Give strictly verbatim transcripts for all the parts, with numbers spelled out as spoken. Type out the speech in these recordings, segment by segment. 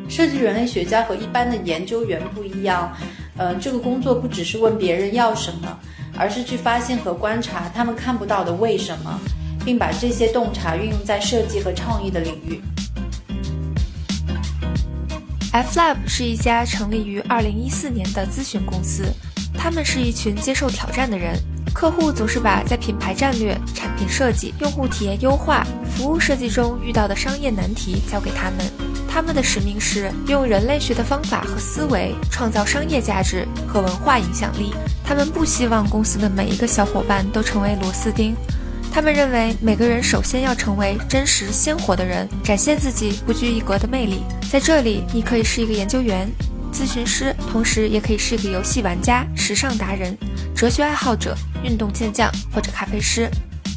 设计人类学家和一般的研究员不一样，呃，这个工作不只是问别人要什么，而是去发现和观察他们看不到的为什么，并把这些洞察运用在设计和创意的领域。 F Lab 是一家成立于二零一四年的咨询公司，他们是一群接受挑战的人，客户总是把在品牌战略、产品设计、用户体验优化、服务设计中遇到的商业难题交给他们。他们的使命是用人类学的方法和思维创造商业价值和文化影响力。他们不希望公司的每一个小伙伴都成为螺丝钉，他们认为每个人首先要成为真实鲜活的人，展现自己不拘一格的魅力。在这里，你可以是一个研究员、咨询师，同时也可以是一个游戏玩家、时尚达人、哲学爱好者、运动健将或者咖啡师。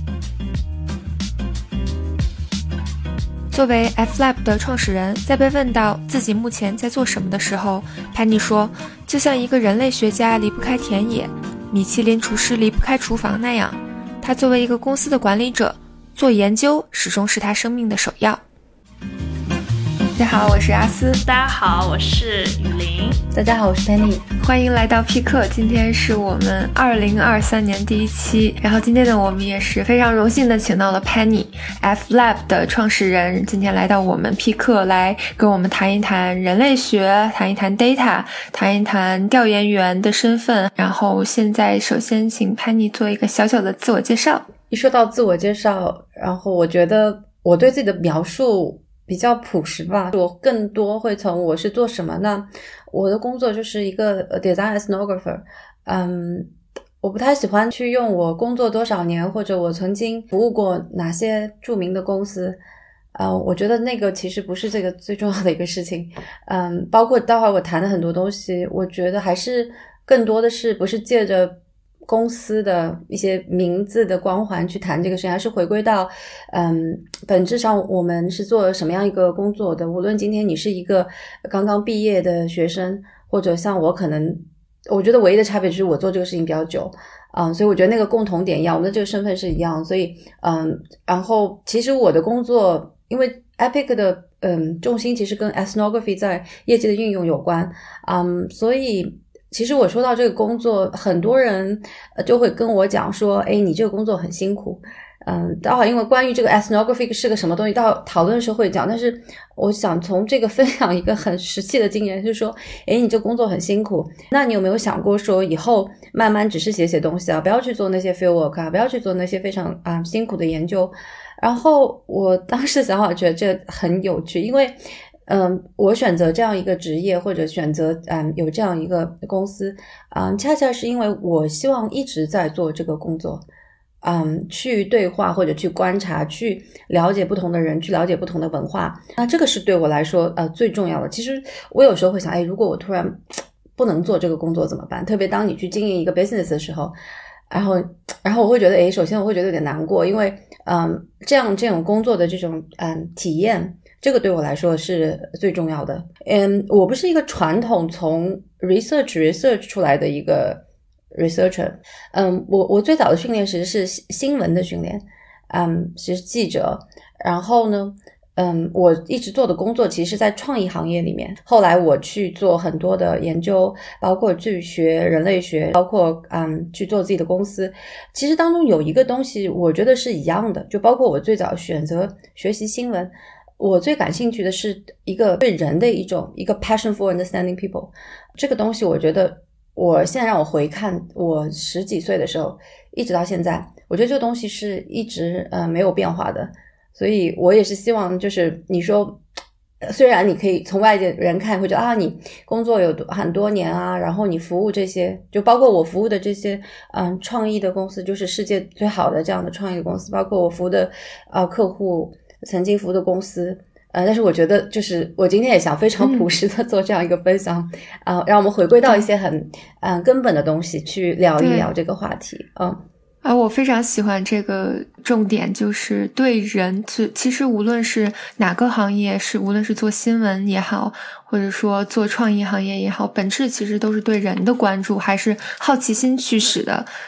作为 F Lab 的创始人，在被问到自己目前在做什么的时候，潘妮说，就像一个人类学家离不开田野，米其林厨师离不开厨房那样，他作为一个公司的管理者，做研究始终是他生命的首要。大家好，我是阿斯。 大家好，我是雨林。 大家好，我是 Penny。 欢迎来到 P 课，今天是我们二零二三年第一期，然后今天呢，我们也是非常荣幸的请到了 Penny F Lab 的创始人，今天来到我们 P 课来跟我们谈一谈人类学，谈一谈 data， 谈一谈调研员的身份。然后现在首先请 Penny 做一个小小的自我介绍。 一说到自我介绍，然后我觉得我对自己的描述比较朴实吧，我更多会从我是做什么呢？我的工作就是一个 design ethnographer， 嗯，我不太喜欢去用我工作多少年或者我曾经服务过哪些著名的公司，呃，我觉得那个其实不是这个最重要的一个事情，嗯，包括待会儿我谈的很多东西，我觉得还是更多的是不是借着公司的一些名字的光环去谈这个事情，还是回归到嗯，本质上我们是做什么样一个工作的。无论今天你是一个刚刚毕业的学生，或者像我，可能我觉得唯一的差别就是我做这个事情比较久，嗯，所以我觉得那个共同点一样，我们的这个身份是一样。所以嗯，然后其实我的工作，因为 Epic 的嗯重心其实跟 ethnography 在业绩的运用有关，嗯，所以其实我说到这个工作，很多人就会跟我讲说，诶，你这个工作很辛苦。嗯，待会因为关于这个 ethnography 是个什么东西，到讨论的时候会讲，但是我想从这个分享一个很实际的经验，就是说，诶，你这个工作很辛苦，那你有没有想过说以后慢慢只是写写东西啊，不要去做那些 field work 啊，不要去做那些非常啊、嗯、辛苦的研究。然后我当时想法觉得这很有趣，因为嗯，我选择这样一个职业，或者选择嗯有这样一个公司，嗯，恰恰是因为我希望一直在做这个工作，嗯，去对话或者去观察，去了解不同的人，去了解不同的文化。那这个是对我来说呃最重要的。其实我有时候会想，哎，如果我突然不能做这个工作怎么办？特别当你去经营一个 business 的时候，然后然后我会觉得，哎，首先我会觉得有点难过，因为嗯，这样这种工作的这种嗯体验。这个对我来说是最重要的。嗯，我不是一个传统从 research research 出来的一个 researcher。嗯，我我最早的训练其实是新闻的训练，嗯，其实记者。然后呢，嗯，我一直做的工作其实是在创意行业里面。后来我去做很多的研究，包括去学人类学，包括嗯去做自己的公司。其实当中有一个东西，我觉得是一样的，就包括我最早选择学习新闻。我最感兴趣的是一个对人的一种一个 passion for understanding people。 这个东西我觉得我现在让我回看我十几岁的时候一直到现在，我觉得这个东西是一直呃没有变化的。所以我也是希望就是你说虽然你可以从外界人看会觉得啊你工作有很多年啊，然后你服务这些就包括我服务的这些嗯创意的公司，就是世界最好的这样的创意的公司，包括我服务的呃客户曾经服务的公司，呃，但是我觉得就是我今天也想非常朴实的做这样一个分享，啊、嗯呃，让我们回归到一些很嗯、呃、根本的东西去聊一聊这个话题，嗯。 啊，我非常喜欢这个重点，就是对人，其实无论是哪个行业，是无论是做新闻也好，或者说做创意行业也好，本质其实都是对人的关注，还是好奇心驱使的。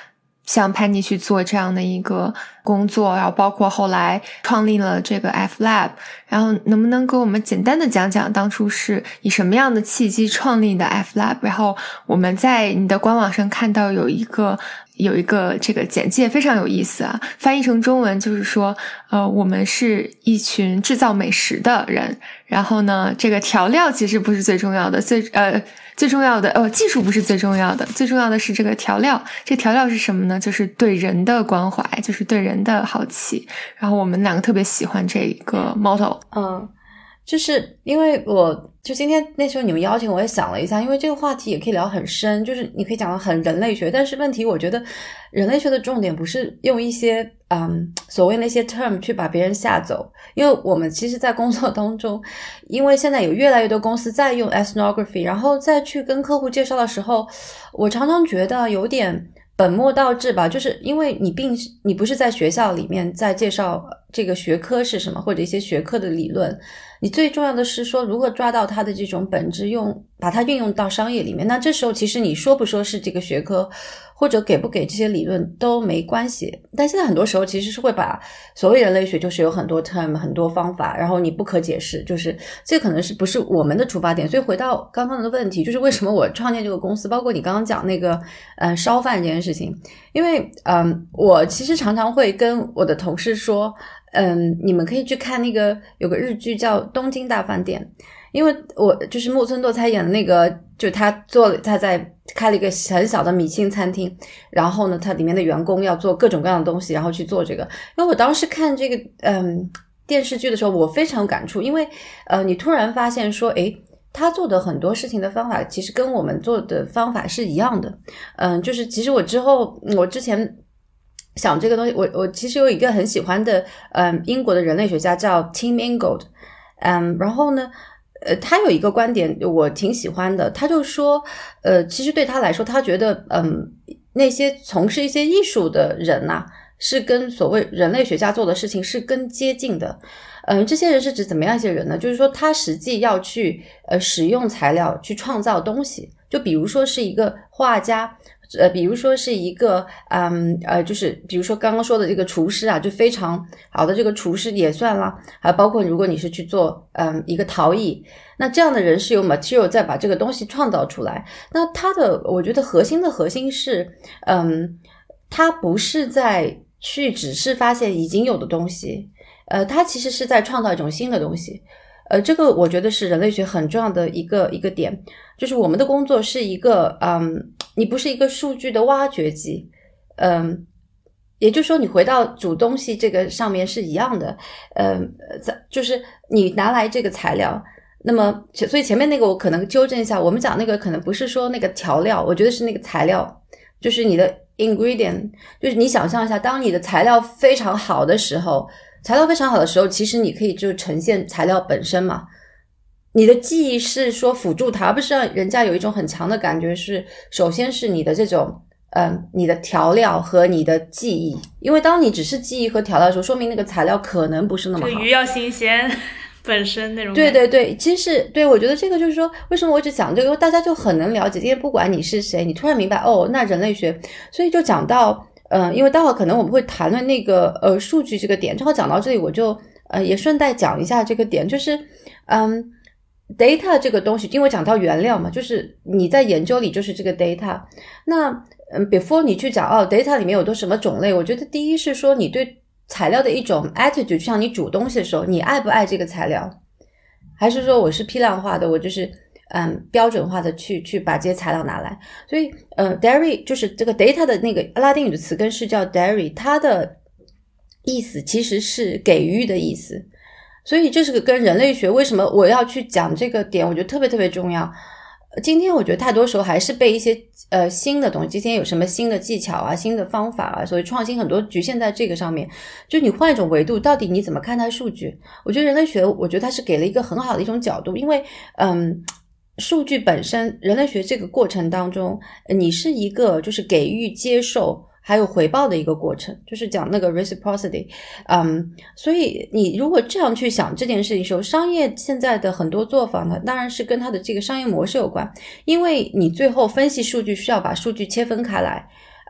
向潘妮去做这样的一个工作，然后包括后来创立了这个 F Lab， 然后能不能给我们简单的讲讲当初是以什么样的契机创立的 F Lab？ 然后我们在你的官网上看到有一个有一个这个简介非常有意思啊，翻译成中文就是说呃，我们是一群制造美食的人，然后呢这个调料其实不是最重要的，最呃最重要的呃技术不是最重要的，最重要的是这个调料。这调料是什么呢？就是对人的关怀，就是对人的好奇。然后我们两个特别喜欢这个 motto。 嗯，就是因为我就今天那时候你们邀请我也想了一下，因为这个话题也可以聊很深，就是你可以讲到很人类学，但是问题我觉得人类学的重点不是用一些嗯所谓那些 term 去把别人吓走，因为我们其实在工作当中，因为现在有越来越多公司在用 ethnography， 然后再去跟客户介绍的时候，我常常觉得有点本末倒置吧，就是因为你并你不是在学校里面在介绍这个学科是什么，或者一些学科的理论，你最重要的是说如何抓到它的这种本质，用把它运用到商业里面。那这时候其实你说不说是这个学科，或者给不给这些理论都没关系。但现在很多时候其实是会把所谓人类学就是有很多 term 很多方法，然后你不可解释，就是这可能是不是我们的出发点。所以回到刚刚的问题，就是为什么我创建这个公司，包括你刚刚讲那个呃烧饭这件事情，因为嗯、呃，我其实常常会跟我的同事说，嗯，你们可以去看那个有个日剧叫《东京大饭店》，因为我就是木村拓哉演的那个，就他做了他在开了一个很小的米其林餐厅，然后呢他里面的员工要做各种各样的东西，然后去做这个。因为我当时看这个嗯电视剧的时候我非常有感触，因为呃你突然发现说诶他做的很多事情的方法其实跟我们做的方法是一样的。嗯，就是其实我之后我之前想这个东西，我我其实有一个很喜欢的嗯英国的人类学家叫 Tim Ingold， 嗯，然后呢呃，他有一个观点我挺喜欢的，他就说呃，其实对他来说他觉得嗯，那些从事一些艺术的人啊，是跟所谓人类学家做的事情是更接近的。嗯、呃，这些人是指怎么样一些人呢？就是说他实际要去呃使用材料去创造东西，就比如说是一个画家，呃，比如说是一个嗯呃，就是比如说刚刚说的这个厨师啊，就非常好的这个厨师也算啦，还包括如果你是去做嗯一个陶艺，那这样的人是有 material 再把这个东西创造出来。那他的我觉得核心的核心是嗯，他不是在去只是发现已经有的东西，呃，他其实是在创造一种新的东西。呃，这个我觉得是人类学很重要的一个一个点，就是我们的工作是一个嗯，你不是一个数据的挖掘机，嗯，也就是说你回到煮东西这个上面是一样的，嗯，就是你拿来这个材料，那么所以前面那个我可能纠正一下，我们讲那个可能不是说那个调料，我觉得是那个材料，就是你的 ingredient， 就是你想象一下，当你的材料非常好的时候，材料非常好的时候，其实你可以就呈现材料本身嘛。你的记忆是说辅助它，而不是让人家有一种很强的感觉是，首先是你的这种，嗯，你的调料和你的记忆。因为当你只是记忆和调料的时候，说明那个材料可能不是那么好。 这个鱼要新鲜，本身那种。 对对对，其实对，我觉得这个就是说，为什么我一直讲这个，因为大家就很能了解，因为不管你是谁，你突然明白哦，那人类学，所以就讲到。嗯、呃，因为待会可能我们会谈论那个呃数据这个点，正好讲到这里，我就呃也顺带讲一下这个点，就是嗯 data 这个东西，因为讲到原料嘛，就是你在研究里就是这个 data。那嗯 before 你去讲哦 data 里面有多什么种类，我觉得第一是说你对材料的一种 attitude， 就像你煮东西的时候，你爱不爱这个材料，还是说我是批量化的，我就是嗯，标准化的去去把这些材料拿来。所以呃 dairy 就是这个 data 的那个拉丁语的词根是叫 dairy， 它的意思其实是给予的意思。所以这是个跟人类学为什么我要去讲这个点，我觉得特别特别重要。今天我觉得太多时候还是被一些呃新的东西，今天有什么新的技巧啊，新的方法啊，所以创新很多局限在这个上面。就你换一种维度，到底你怎么看待数据？我觉得人类学我觉得它是给了一个很好的一种角度，因为嗯数据本身，人类学这个过程当中，你是一个就是给予、接受还有回报的一个过程，就是讲那个 reciprocity。嗯，所以你如果这样去想这件事情的时候，商业现在的很多做法呢，当然是跟它的这个商业模式有关，因为你最后分析数据需要把数据切分开来。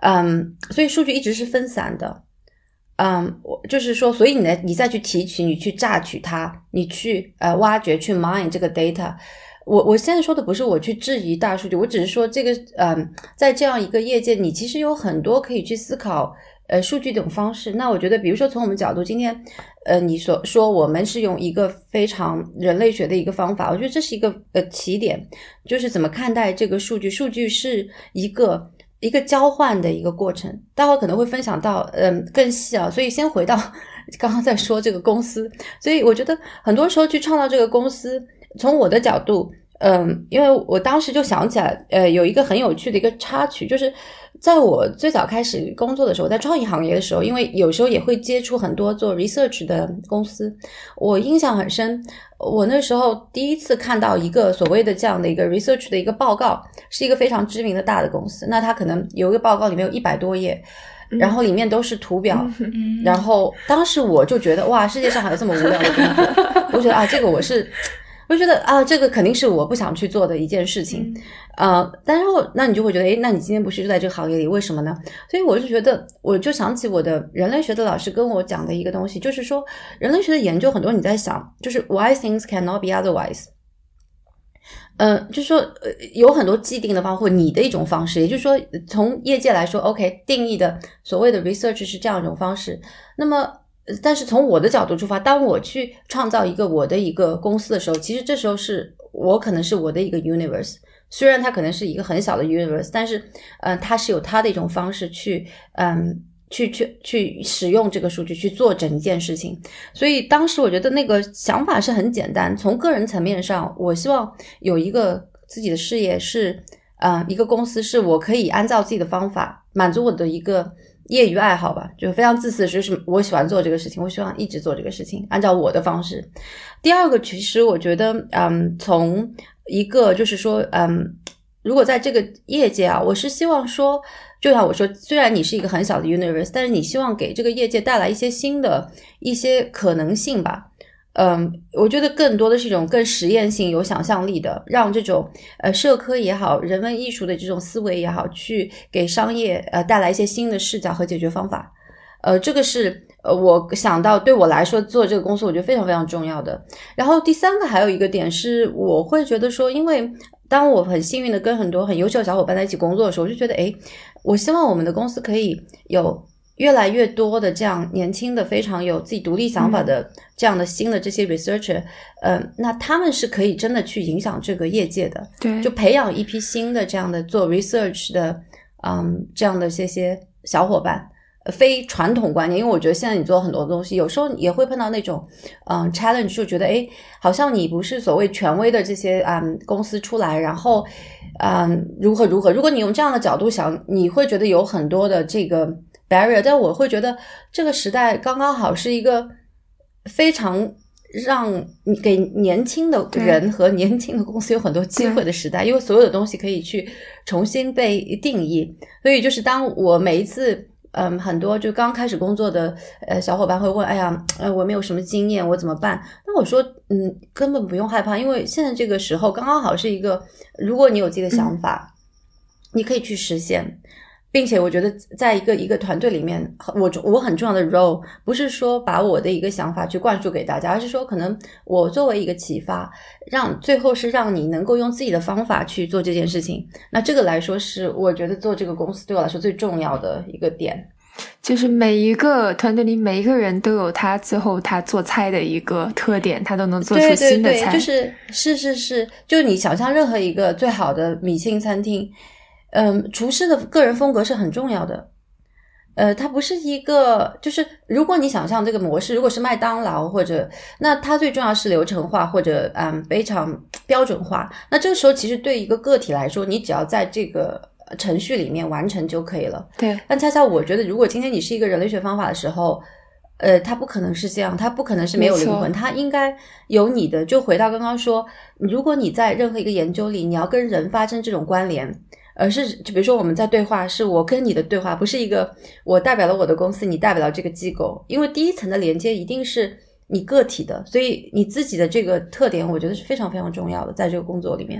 嗯，所以数据一直是分散的。嗯，我就是说，所以你来，你再去提取，你去榨取它，你去呃挖掘，去 mine 这个 data。我我现在说的不是我去质疑大数据，我只是说这个，嗯，在这样一个业界，你其实有很多可以去思考，呃，数据这种方式。那我觉得，比如说从我们角度，今天，呃，你所说我们是用一个非常人类学的一个方法，我觉得这是一个呃起点，就是怎么看待这个数据，数据是一个。一个交换的一个过程，待会可能会分享到嗯更细啊，所以先回到刚刚在说这个公司，所以我觉得很多时候去创造这个公司，从我的角度，嗯，因为我当时就想起来，呃，有一个很有趣的一个插曲，就是在我最早开始工作的时候，在创意行业的时候，因为有时候也会接触很多做 research 的公司，我印象很深。我那时候第一次看到一个所谓的这样的一个 research 的一个报告，是一个非常知名的大的公司，那它可能有一个报告里面有一百多页，然后里面都是图表， 嗯、 然后当时我就觉得哇，世界上还有这么无聊的工作，我觉得啊，这个我是我就觉得啊，这个肯定是我不想去做的一件事情，嗯、呃，但是那你就会觉得，诶，那你今天不是就在这个行业里，为什么呢？所以我就觉得，我就想起我的人类学的老师跟我讲的一个东西，就是说，人类学的研究很多你在想，就是 why things cannot be otherwise。呃，就是说，呃，有很多既定的方法，或你的一种方式，也就是说，从业界来说 ，OK， 定义的所谓的 research 是这样一种方式，那么。但是从我的角度出发，当我去创造一个我的一个公司的时候，其实这时候是我可能是我的一个 universe， 虽然它可能是一个很小的 universe， 但是嗯、呃，它是有它的一种方式去嗯去去去使用这个数据去做整件事情。所以当时我觉得那个想法是很简单，从个人层面上，我希望有一个自己的事业是呃一个公司是我可以按照自己的方法满足我的一个业余爱好吧，就非常自私，就是我喜欢做这个事情，我希望一直做这个事情，按照我的方式。第二个，其实我觉得，嗯，从一个就是说，嗯，如果在这个业界啊，我是希望说，就像我说，虽然你是一个很小的 universe， 但是你希望给这个业界带来一些新的一些可能性吧。嗯，我觉得更多的是一种更实验性、有想象力的，让这种呃社科也好、人文艺术的这种思维也好，去给商业呃带来一些新的视角和解决方法。呃，这个是呃我想到对我来说做这个公司，我觉得非常非常重要的。然后第三个还有一个点是，我会觉得说，因为当我很幸运的跟很多很优秀的小伙伴在一起工作的时候，我就觉得，诶，我希望我们的公司可以有越来越多的这样年轻的非常有自己独立想法的这样的新的这些 researcher，嗯、呃，那他们是可以真的去影响这个业界的， 对， 就培养一批新的这样的做 research 的，嗯，这样的这些小伙伴。非传统观念，因为我觉得现在你做很多东西，有时候也会碰到那种嗯 challenge， 就觉得诶，好像你不是所谓权威的这些嗯公司出来，然后嗯如何如何，如果你用这样的角度想，你会觉得有很多的这个 barrier， 但我会觉得这个时代刚刚好是一个非常让给年轻的人和年轻的公司有很多机会的时代，因为所有的东西可以去重新被定义，所以就是当我每一次嗯，很多就刚开始工作的呃小伙伴会问，哎呀，呃，我没有什么经验，我怎么办？那我说，嗯，根本不用害怕，因为现在这个时候刚刚好是一个，如果你有自己的想法，嗯、你可以去实现，并且我觉得在一个一个团队里面，我我很重要的 role 不是说把我的一个想法去灌输给大家，而是说可能我作为一个启发，让最后是让你能够用自己的方法去做这件事情。那这个来说是我觉得做这个公司对我来说最重要的一个点。 就是每一个团队里每一个人都有他最后他做菜的一个特点，他都能做出新的菜。 对对对，就是是是是，就你想象任何一个最好的米其林餐厅，嗯，厨师的个人风格是很重要的。呃，它不是一个，就是如果你想象这个模式，如果是麦当劳或者，那它最重要是流程化或者嗯非常标准化。那这个时候其实对一个个体来说，你只要在这个程序里面完成就可以了。 对。 但恰恰我觉得，如果今天你是一个人类学方法的时候，呃，它不可能是这样，它不可能是没有灵魂，它应该有你的。就回到刚刚说，如果你在任何一个研究里，你要跟人发生这种关联。而是就比如说我们在对话，是我跟你的对话，不是一个我代表了我的公司，你代表了这个机构，因为第一层的连接一定是你个体的，所以你自己的这个特点我觉得是非常非常重要的，在这个工作里面。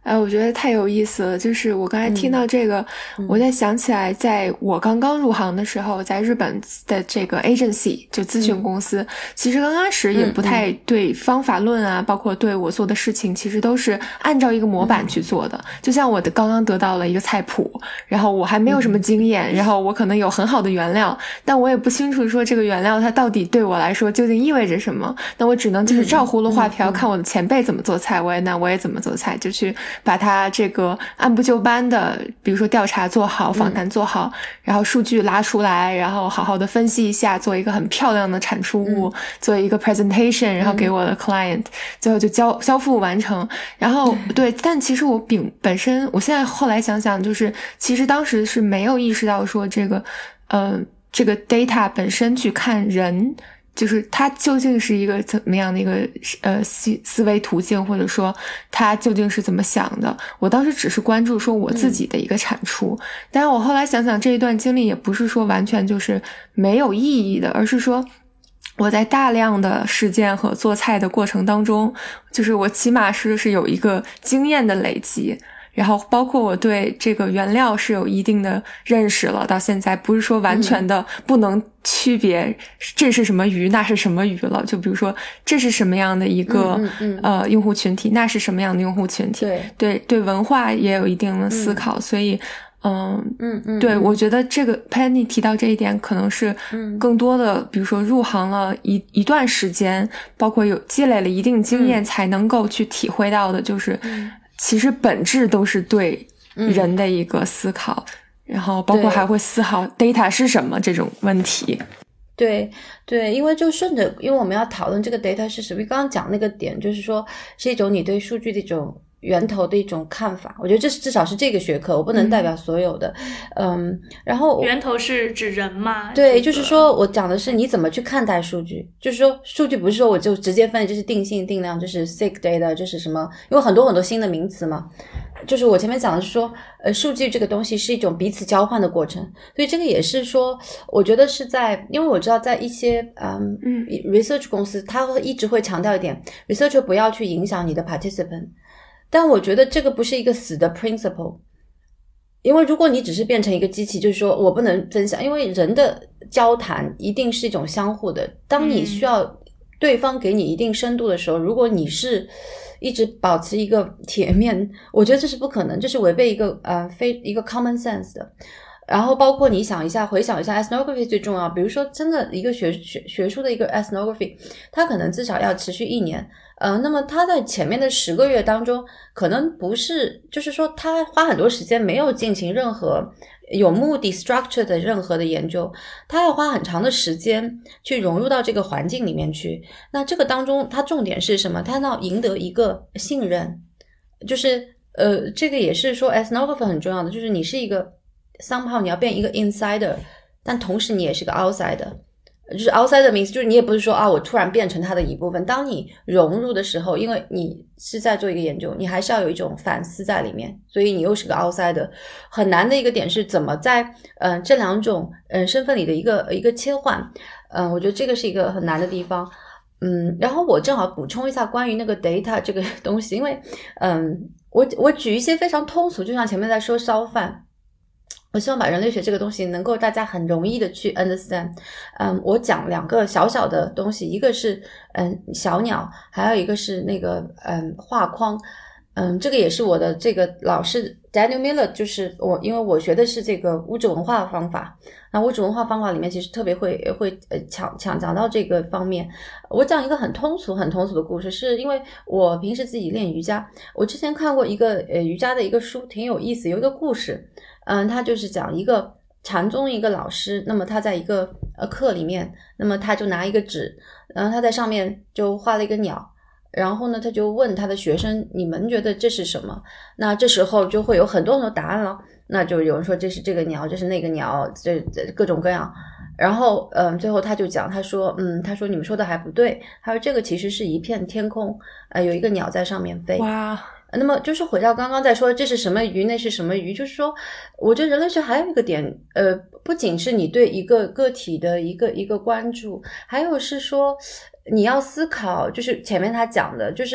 哎，我觉得太有意思了。就是我刚才听到这个，嗯、我在想起来，在我刚刚入行的时候，在日本的这个 agency 就咨询公司，嗯、其实刚开始也不太对方法论啊，嗯、包括对我做的事情，其实都是按照一个模板去做的。嗯、就像我的刚刚得到了一个菜谱，然后我还没有什么经验，嗯、然后我可能有很好的原料，但我也不清楚说这个原料它到底对我来说究竟意味着什么。那我只能就是照葫芦画瓢，嗯、看我的前辈怎么做菜，我也那我也怎么做菜，就去把它这个按部就班的，比如说调查做好，访谈做好，嗯、然后数据拉出来，然后好好的分析一下，做一个很漂亮的产出物，嗯、做一个 presentation， 然后给我的 client，嗯、最后就交交付完成。然后对，但其实我本本身，我现在后来想想，就是其实当时是没有意识到说这个，呃，这个 data 本身去看人。就是它究竟是一个怎么样的一个呃思思维途径，或者说它究竟是怎么想的，我当时只是关注说我自己的一个产出，嗯、但是我后来想想这一段经历也不是说完全就是没有意义的，而是说我在大量的实践和做菜的过程当中，就是我起码是是有一个经验的累积，然后包括我对这个原料是有一定的认识了，到现在不是说完全的不能区别这是什么鱼那是什么鱼了，就比如说这是什么样的一个嗯嗯嗯呃用户群体，那是什么样的用户群体， 对对对文化也有一定的思考，嗯、所以嗯嗯嗯， 对，我觉得这个 Penny 提到这一点可能是更多的，比如说入行了一一段时间，包括有积累了一定经验，才能够去体会到的，就是。嗯其实本质都是对人的一个思考，嗯、然后包括还会思考 data 是什么这种问题。 对对，因为就顺着，因为我们要讨论这个 data 是什么，刚刚讲那个点，就是说是一种你对数据的一种源头的一种看法，我觉得这是至少是这个学科，我不能代表所有的，嗯, 嗯然后源头是指人嘛？ 对， 这个、 就是说我讲的是你怎么去看待数据，就是说数据不是说我就直接分析这是定性定量，这是 sick data， 这是什么，因为很多很多新的名词嘛，就是我前面讲的是说呃，数据这个东西是一种彼此交换的过程，所以这个也是说我觉得是在，因为我知道在一些嗯, 嗯 research 公司他会一直会强调一点 researcher 不要去影响你的 participant，但我觉得这个不是一个死的 principle， 因为如果你只是变成一个机器，就是说我不能分享，因为人的交谈一定是一种相互的，当你需要对方给你一定深度的时候，如果你是一直保持一个铁面，我觉得这是不可能，这是违背一个呃非一个 common sense 的。然后包括你想一下回想一下 ethnography 最重要，比如说真的一个学学学术的一个 ethnography， 它可能至少要持续一年，呃，那么它在前面的十个月当中可能不是，就是说它花很多时间没有进行任何有目的 structure 的任何的研究，它要花很长的时间去融入到这个环境里面去，那这个当中它重点是什么？它要赢得一个信任，就是呃，这个也是说 ethnography 很重要的，就是你是一个somehow 你要变一个 insider， 但同时你也是个 outsider， 就是 outsider means 就是你也不是说啊我突然变成他的一部分，当你融入的时候，因为你是在做一个研究，你还是要有一种反思在里面，所以你又是个 outsider。 很难的一个点是怎么在呃这两种呃身份里的一个一个切换，嗯、呃，我觉得这个是一个很难的地方。嗯，然后我正好补充一下关于那个 data 这个东西，因为嗯，我我举一些非常通俗，就像前面在说烧饭，我希望把人类学这个东西能够大家很容易的去 understand。 嗯，我讲两个小小的东西，一个是嗯小鸟，还有一个是那个嗯画框。嗯，这个也是我的这个老师 Daniel Miller， 就是我因为我学的是这个物质文化方法，那物质文化方法里面其实特别会会呃讲讲讲到这个方面。我讲一个很通俗很通俗的故事，是因为我平时自己练瑜伽，我之前看过一个呃瑜伽的一个书，挺有意思，有一个故事，嗯，他就是讲一个禅宗一个老师，那么他在一个呃课里面，那么他就拿一个纸，然后他在上面就画了一个鸟。然后呢他就问他的学生，你们觉得这是什么？那这时候就会有很多很多答案了，那就有人说这是这个鸟，这是那个鸟，这各种各样。然后嗯，最后他就讲，他说嗯，他说你们说的还不对，他说这个其实是一片天空，呃，有一个鸟在上面飞。 哇， 那么就是回到刚刚在说这是什么鱼那是什么鱼，就是说我觉得人类学还有一个点，呃，不仅是你对一个个体的一个一个关注，还有是说你要思考，就是前面他讲的，就是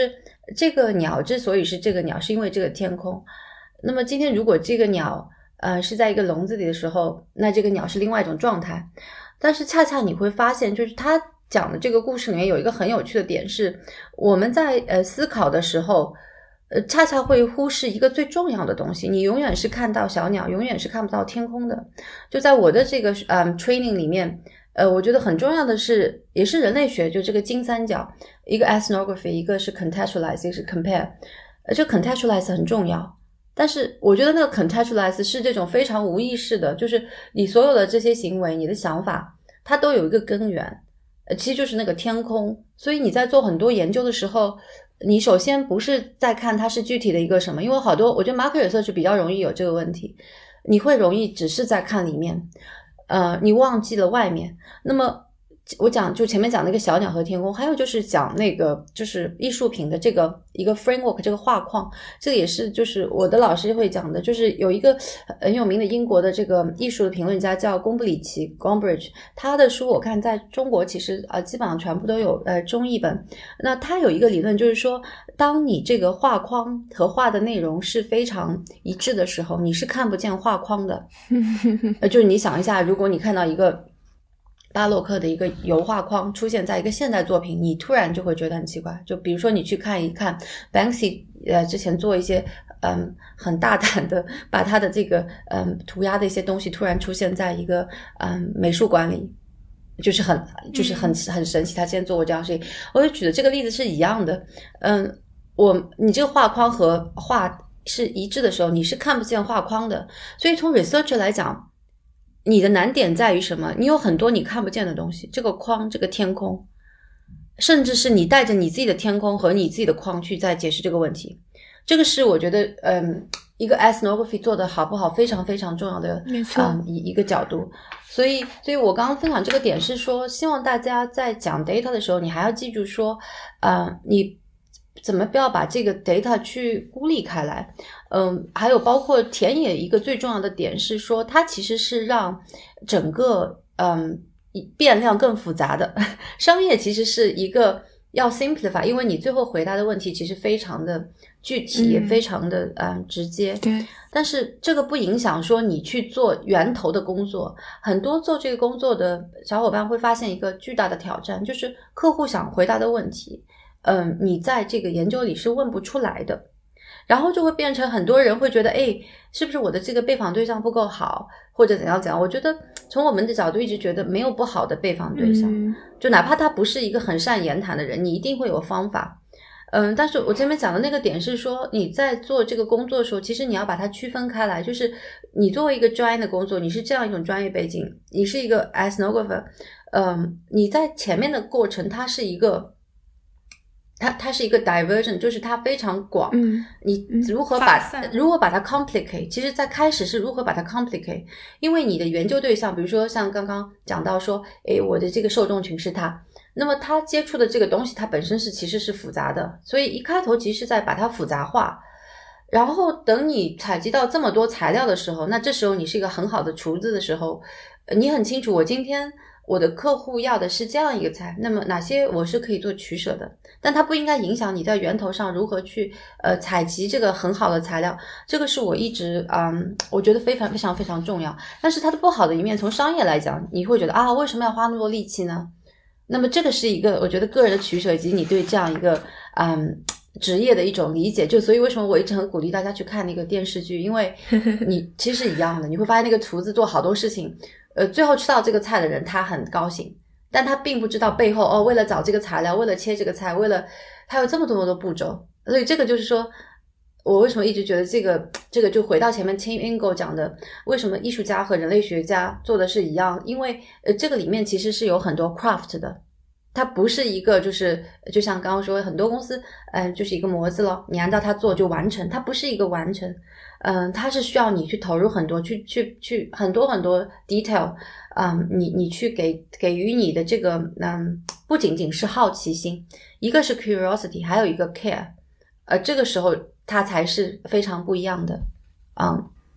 这个鸟之所以是这个鸟，是因为这个天空。那么今天如果这个鸟呃是在一个笼子里的时候，那这个鸟是另外一种状态。但是恰恰你会发现，就是他讲的这个故事里面有一个很有趣的点是，我们在呃思考的时候呃，恰恰会忽视一个最重要的东西，你永远是看到小鸟，永远是看不到天空的。就在我的这个嗯 training 里面，呃，我觉得很重要的是，也是人类学，就这个金三角，一个 ethnography， 一个是 contextualize， 一个是 compare。呃，这 contextualize 很重要，但是我觉得那个 contextualize 是这种非常无意识的，就是你所有的这些行为，你的想法，它都有一个根源，呃，其实就是那个天空。所以你在做很多研究的时候，你首先不是在看它是具体的一个什么，因为好多我觉得 market research 比较容易有这个问题，你会容易只是在看里面，呃，你忘记了外面。那么我讲就前面讲那个小鸟和天空，还有就是讲那个就是艺术品的这个一个 framework， 这个画框，这个也是就是我的老师会讲的，就是有一个很有名的英国的这个艺术的评论家叫贡布里奇 Gombrich， 他的书我看在中国其实呃基本上全部都有呃中译本。那他有一个理论就是说，当你这个画框和画的内容是非常一致的时候，你是看不见画框的。呃，就是你想一下，如果你看到一个巴洛克的一个油画框出现在一个现代作品，你突然就会觉得很奇怪。就比如说你去看一看 Banksy 呃之前做一些嗯很大胆的把他的这个嗯涂鸦的一些东西突然出现在一个嗯美术馆里，就是很就是很很神奇，他之前做过这样的事情。我就举的这个例子是一样的。嗯，我你这个画框和画是一致的时候，你是看不见画框的。所以从 research 来讲，你的难点在于什么？你有很多你看不见的东西，这个框，这个天空，甚至是你带着你自己的天空和你自己的框去在解释这个问题。这个是我觉得嗯一个 ethnography 做得好不好非常非常重要的嗯一一个角度。所以所以我刚刚分享这个点是说，希望大家在讲 data 的时候，你还要记住说呃你怎么不要把这个 data 去孤立开来。嗯，还有包括田野一个最重要的点是说，它其实是让整个嗯变量更复杂的。商业其实是一个要 simplify， 因为你最后回答的问题其实非常的具体，嗯、也非常的嗯直接。 对。 但是这个不影响说你去做源头的工作。很多做这个工作的小伙伴会发现一个巨大的挑战，就是客户想回答的问题，嗯，你在这个研究里是问不出来的。然后就会变成很多人会觉得，哎，是不是我的这个被访对象不够好，或者怎样怎样。我觉得从我们的角度一直觉得没有不好的被访对象，嗯、就哪怕他不是一个很善言谈的人，你一定会有方法。嗯，但是我前面讲的那个点是说，你在做这个工作的时候，其实你要把它区分开来，就是你作为一个专业的工作，你是这样一种专业背景，你是一个 ethnographer， 嗯，你在前面的过程它是一个它它是一个 diversion， 就是它非常广，嗯，你如何把、嗯、如何把它 complicate， 其实在开始是如何把它 complicate， 因为你的研究对象，比如说像刚刚讲到说，诶，我的这个受众群是他，那么他接触的这个东西它本身是其实是复杂的，所以一开头其实是在把它复杂化，然后等你采集到这么多材料的时候，那这时候你是一个很好的厨子的时候，你很清楚我今天我的客户要的是这样一个菜，那么哪些我是可以做取舍的，但它不应该影响你在源头上如何去呃采集这个很好的材料。这个是我一直嗯我觉得非常非常非常重要。但是它的不好的一面，从商业来讲，你会觉得啊，为什么要花那么多力气呢？那么这个是一个我觉得个人的取舍，以及你对这样一个嗯职业的一种理解。就所以为什么我一直很鼓励大家去看那个电视剧，因为你其实是一样的，你会发现那个厨子做好多事情，呃，最后吃到这个菜的人他很高兴，但他并不知道背后哦，为了找这个材料，为了切这个菜，为了他有这么多的步骤。所以这个就是说，我为什么一直觉得这个这个就回到前面 Tim Ingold 讲的，为什么艺术家和人类学家做的是一样，因为呃这个里面其实是有很多 craft 的。它不是一个就是就像刚刚说很多公司嗯、呃、就是一个模子咯，你按照它做就完成，它不是一个完成，嗯、呃，它是需要你去投入很多去去去很多很多 detail， 嗯，你你去给给予你的这个嗯不仅仅是好奇心，一个是 curiosity， 还有一个 care， 呃这个时候它才是非常不一样的。嗯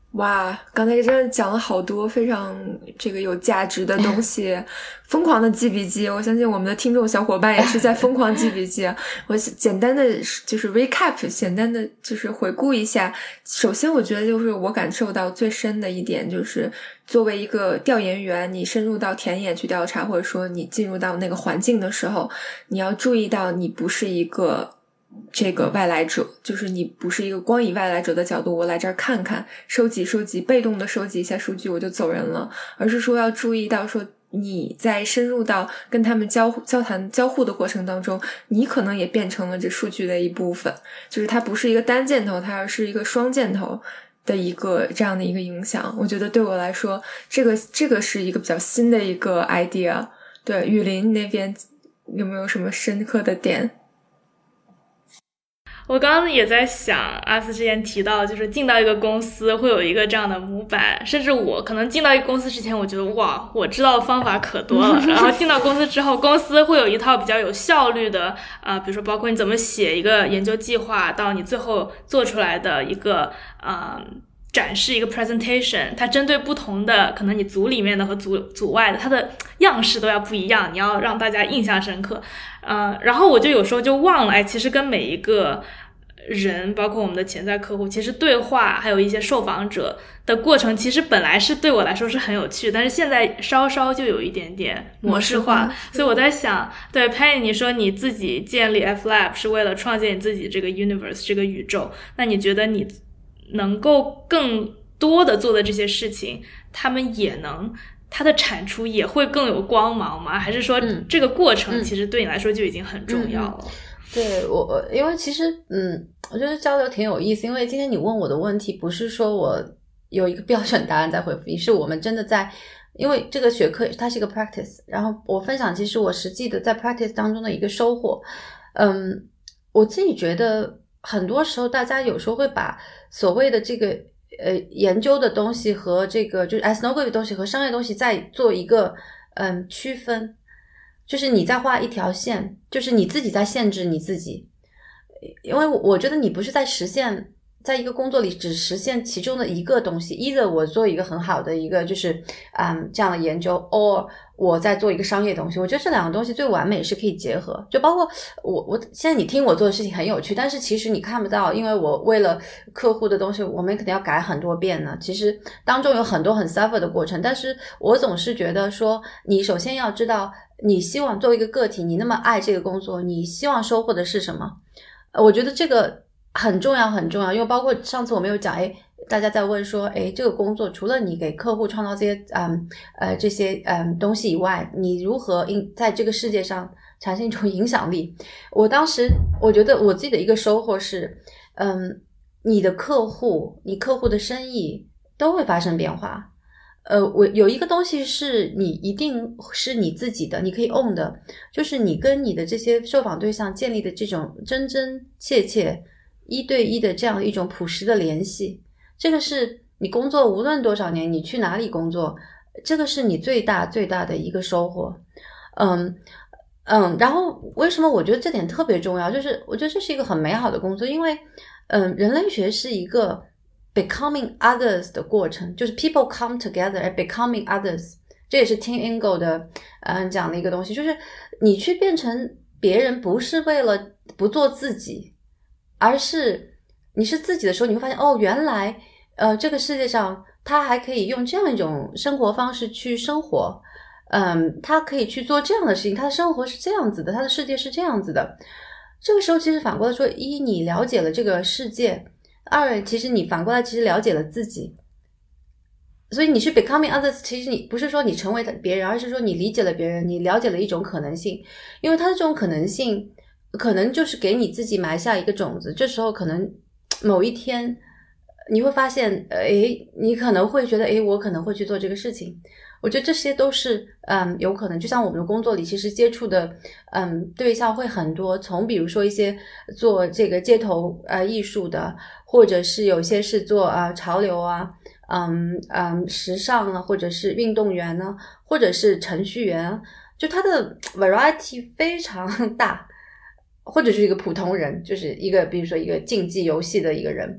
哇，刚才真的讲了好多非常这个有价值的东西，疯狂的记笔记。我相信我们的听众小伙伴也是在疯狂记笔记。我简单的就是 recap， 简单的就是回顾一下。首先，我觉得就是我感受到最深的一点就是，作为一个调研员，你深入到田野去调查，或者说你进入到那个环境的时候，你要注意到你不是一个这个外来者，就是你不是一个光以外来者的角度我来这儿看看收集收集被动的收集一下数据我就走人了，而是说要注意到说你在深入到跟他们交交谈交互的过程当中，你可能也变成了这数据的一部分，就是它不是一个单箭头，它而是一个双箭头的一个这样的一个影响。我觉得对我来说这个这个是一个比较新的一个 idea。 对，雨林那边有没有什么深刻的点？ 我刚刚也在想，阿斯之前提到就是进到一个公司会有一个这样的模板，甚至我可能进到一个公司之前我觉得哇我知道的方法可多了，然后进到公司之后公司会有一套比较有效率的啊、呃，比如说包括你怎么写一个研究计划到你最后做出来的一个啊、呃展示一个 presentation， 它针对不同的可能你组里面的和组组外的它的样式都要不一样，你要让大家印象深刻。呃，然后我就有时候就忘了，哎，其实跟每一个人包括我们的潜在客户其实对话还有一些受访者的过程其实本来是对我来说是很有趣，但是现在稍稍就有一点点模式化，模式化。所以我在想，对 Penny 你说你自己建立 F Lab 是为了创建你自己这个 universe 这个宇宙，那你觉得你能够更多的做的这些事情他们也能它的产出也会更有光芒吗？还是说这个过程其实对你来说就已经很重要了？ 嗯嗯嗯、对我因为其实嗯，我觉得交流挺有意思，因为今天你问我的问题不是说我有一个标准答案在回复你，是我们真的在，因为这个学科它是一个 practice， 然后我分享其实我实际的在 practice 当中的一个收获。嗯，我自己觉得很多时候大家有时候会把所谓的这个呃研究的东西和这个就是 ethnography 的东西和商业东西再做一个嗯区分，就是你在画一条线，就是你自己在限制你自己，因为我觉得你不是在实现在一个工作里只实现其中的一个东西， either 我做一个很好的一个就是嗯这样的研究 or 我在做一个商业东西，我觉得这两个东西最完美是可以结合。就包括我我现在你听我做的事情很有趣，但是其实你看不到，因为我为了客户的东西我们肯定要改很多遍呢，其实当中有很多很 suffer 的过程，但是我总是觉得说你首先要知道你希望作为一个个体，你那么爱这个工作，你希望收获的是什么，我觉得这个很重要很重要。因为包括上次我们有讲，诶大家在问说，诶这个工作除了你给客户创造这些嗯呃这些嗯东西以外，你如何在这个世界上产生一种影响力。我当时我觉得我自己的一个收获是嗯你的客户你客户的生意都会发生变化。呃，我有一个东西是你一定是你自己的，你可以 own 的，就是你跟你的这些受访对象建立的这种真真切切一对一的这样一种朴实的联系。这个是你工作无论多少年，你去哪里工作，这个是你最大最大的一个收获。嗯嗯，然后为什么我觉得这点特别重要，就是我觉得这是一个很美好的工作，因为嗯，人类学是一个becoming others 的过程，就是 people come together and becoming others， 这也是 Tim Ingold 的嗯讲的一个东西，就是你去变成别人不是为了不做自己，而是你是自己的时候，你会发现哦，原来呃这个世界上他还可以用这样一种生活方式去生活，嗯，他可以去做这样的事情，他的生活是这样子的，他的世界是这样子的。这个时候其实反过来说，一你了解了这个世界，二其实你反过来其实了解了自己。所以你去 becoming others， 其实你不是说你成为别人，而是说你理解了别人，你了解了一种可能性，因为它的这种可能性可能就是给你自己埋下一个种子，这时候可能某一天你会发现诶你可能会觉得诶我可能会去做这个事情。我觉得这些都是嗯有可能，就像我们的工作里其实接触的嗯对象会很多，从比如说一些做这个街头呃艺术的，或者是有些是做呃潮流啊嗯嗯时尚啊，或者是运动员呢，或者是程序员，就它的 variety 非常大，或者是一个普通人，就是一个比如说一个竞技游戏的一个人，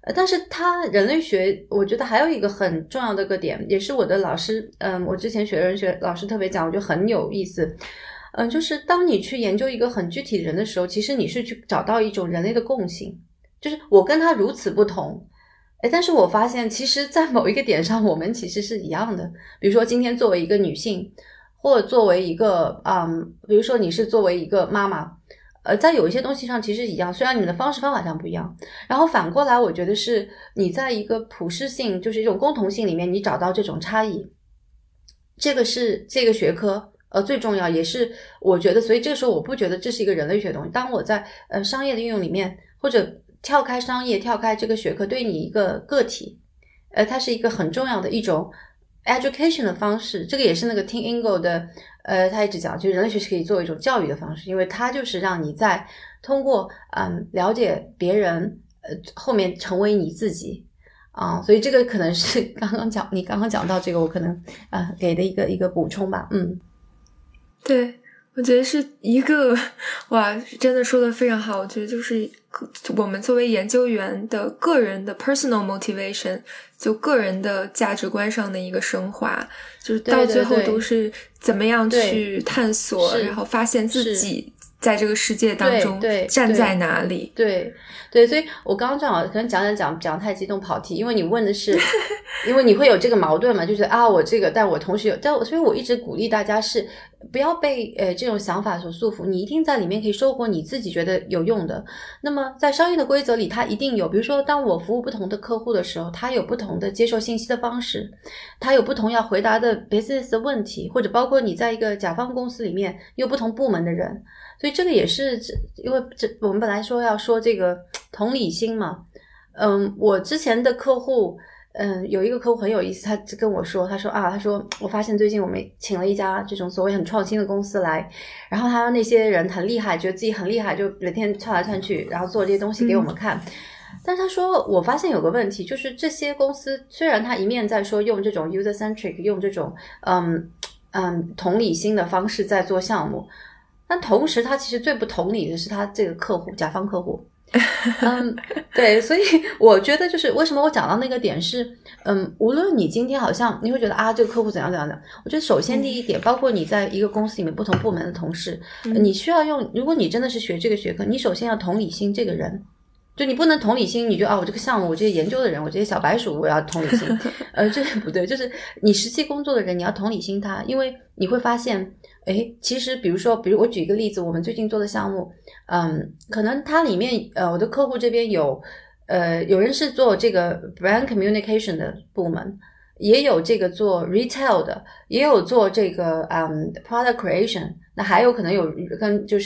呃，但是它人类学我觉得还有一个很重要的个点，也是我的老师嗯，我之前学人类学老师特别讲，我觉得很有意思。嗯，就是当你去研究一个很具体的人的时候，其实你是去找到一种人类的共性，就是我跟他如此不同，诶，但是我发现其实在某一个点上我们其实是一样的。比如说今天作为一个女性，或者作为一个嗯，比如说你是作为一个妈妈，呃，在有一些东西上其实一样，虽然你们的方式方法上不一样。然后反过来我觉得是你在一个普适性，就是一种共同性里面你找到这种差异，这个是这个学科呃最重要，也是我觉得，所以这个时候我不觉得这是一个人类学的东西。当我在呃商业的应用里面，或者跳开商业跳开这个学科，对你一个个体呃，它是一个很重要的一种 education 的方式。这个也是那个 Tim Ingold 的呃，他一直讲就是人类学是可以作为一种教育的方式，因为它就是让你在通过嗯了解别人呃后面成为你自己啊、所以这个可能是刚刚讲你刚刚讲到这个我可能啊、呃、给的一个一个补充吧。嗯， 对，我觉得是一个哇，真的说的非常好。我觉得就是我们作为研究员的个人的 personal motivation， 就个人的价值观上的一个升华，就是到最后都是怎么样去探索，然后发现自己在这个世界当中站在哪里。 对 对, 对, 对，所以我刚刚正好可能讲讲讲讲太激动跑题，因为你问的是因为你会有这个矛盾嘛，就是啊我这个但我同时有，但所以我一直鼓励大家是不要被呃这种想法所束缚，你一定在里面可以收获你自己觉得有用的。那么在商业的规则里它一定有，比如说当我服务不同的客户的时候，他有不同的接受信息的方式，他有不同要回答的 business 的问题，或者包括你在一个甲方公司里面有不同部门的人，所以这个也是因为这我们本来说要说这个同理心嘛。嗯，我之前的客户嗯，有一个客户很有意思，他跟我说，他说啊，他说我发现最近我们请了一家这种所谓很创新的公司来，然后他那些人很厉害，觉得自己很厉害，就每天窜来窜去，然后做这些东西给我们看。嗯，但是他说我发现有个问题，就是这些公司虽然他一面在说用这种 user centric 用这种嗯嗯同理心的方式在做项目，但同时他其实最不同理的是他这个客户甲方客户。嗯，对，所以我觉得就是为什么我讲到那个点是嗯，无论你今天好像你会觉得啊这个客户怎样怎样的，我觉得首先第一点，包括你在一个公司里面不同部门的同事， 嗯， 你需要用，如果你真的是学这个学科，你首先要同理心这个人，就你不能同理心你就啊我这个项目我这些研究的人我这些小白鼠我要同理心呃，这个不对，就是你实际工作的人你要同理心他，因为你会发现诶，其实比如说比如我举一个例子，我们最近做的项目嗯，可能它里面呃我的客户这边有呃有人是做这个 brand communication 的部门，也有这个做 retail 的，也有做这个嗯 product creation， 那还有可能有跟就是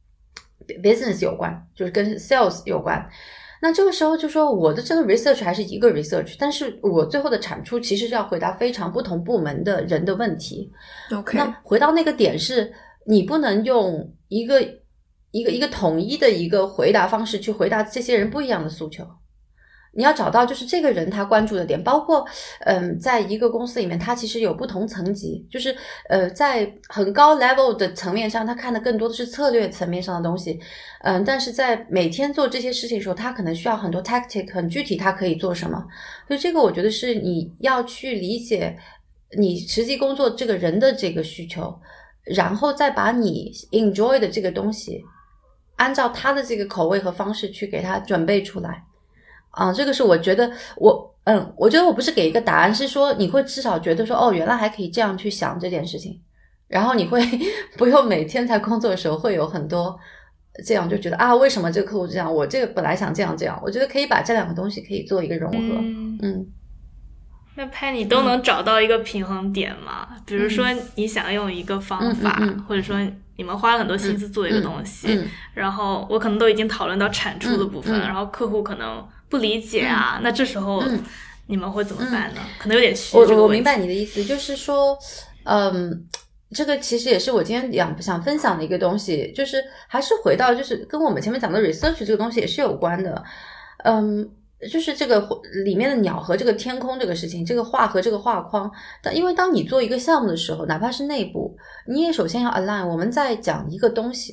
business 有关，就是跟 sales 有关。那这个时候就说我的这个 research 还是一个 research， 但是我最后的产出其实是要回答非常不同部门的人的问题。 OK， 那回到那个点是你不能用一个一个一个统一的一个回答方式去回答这些人不一样的诉求，你要找到就是这个人他关注的点，包括嗯，在一个公司里面他其实有不同层级，就是呃，在很高 level 的层面上他看的更多的是策略层面上的东西，嗯，但是在每天做这些事情的时候他可能需要很多 tactic， 很具体他可以做什么，所以这个我觉得是你要去理解你实际工作这个人的这个需求，然后再把你 enjoy 的这个东西按照他的这个口味和方式去给他准备出来啊，这个是我觉得我嗯，我觉得我不是给一个答案，是说你会至少觉得说哦，原来还可以这样去想这件事情，然后你会不用每天在工作的时候会有很多这样就觉得啊，为什么这个客户这样，我这个本来想这样这样，我觉得可以把这两个东西可以做一个融合。嗯，嗯， 那拍你都能找到一个平衡点吗？嗯，比如说你想用一个方法，嗯嗯嗯，或者说你们花了很多心思做一个东西，嗯嗯嗯，然后我可能都已经讨论到产出的部分，嗯嗯，然后客户可能不理解啊，嗯，那这时候你们会怎么办呢？嗯，可能有点虚这个问题。 我我明白你的意思，就是说嗯，这个其实也是我今天想想分享的一个东西，就是还是回到就是跟我们前面讲的 research 这个东西也是有关的。嗯，就是这个里面的鸟和这个天空这个事情，这个画和这个画框，但因为当你做一个项目的时候，哪怕是内部，你也首先要 align， 我们在讲一个东西，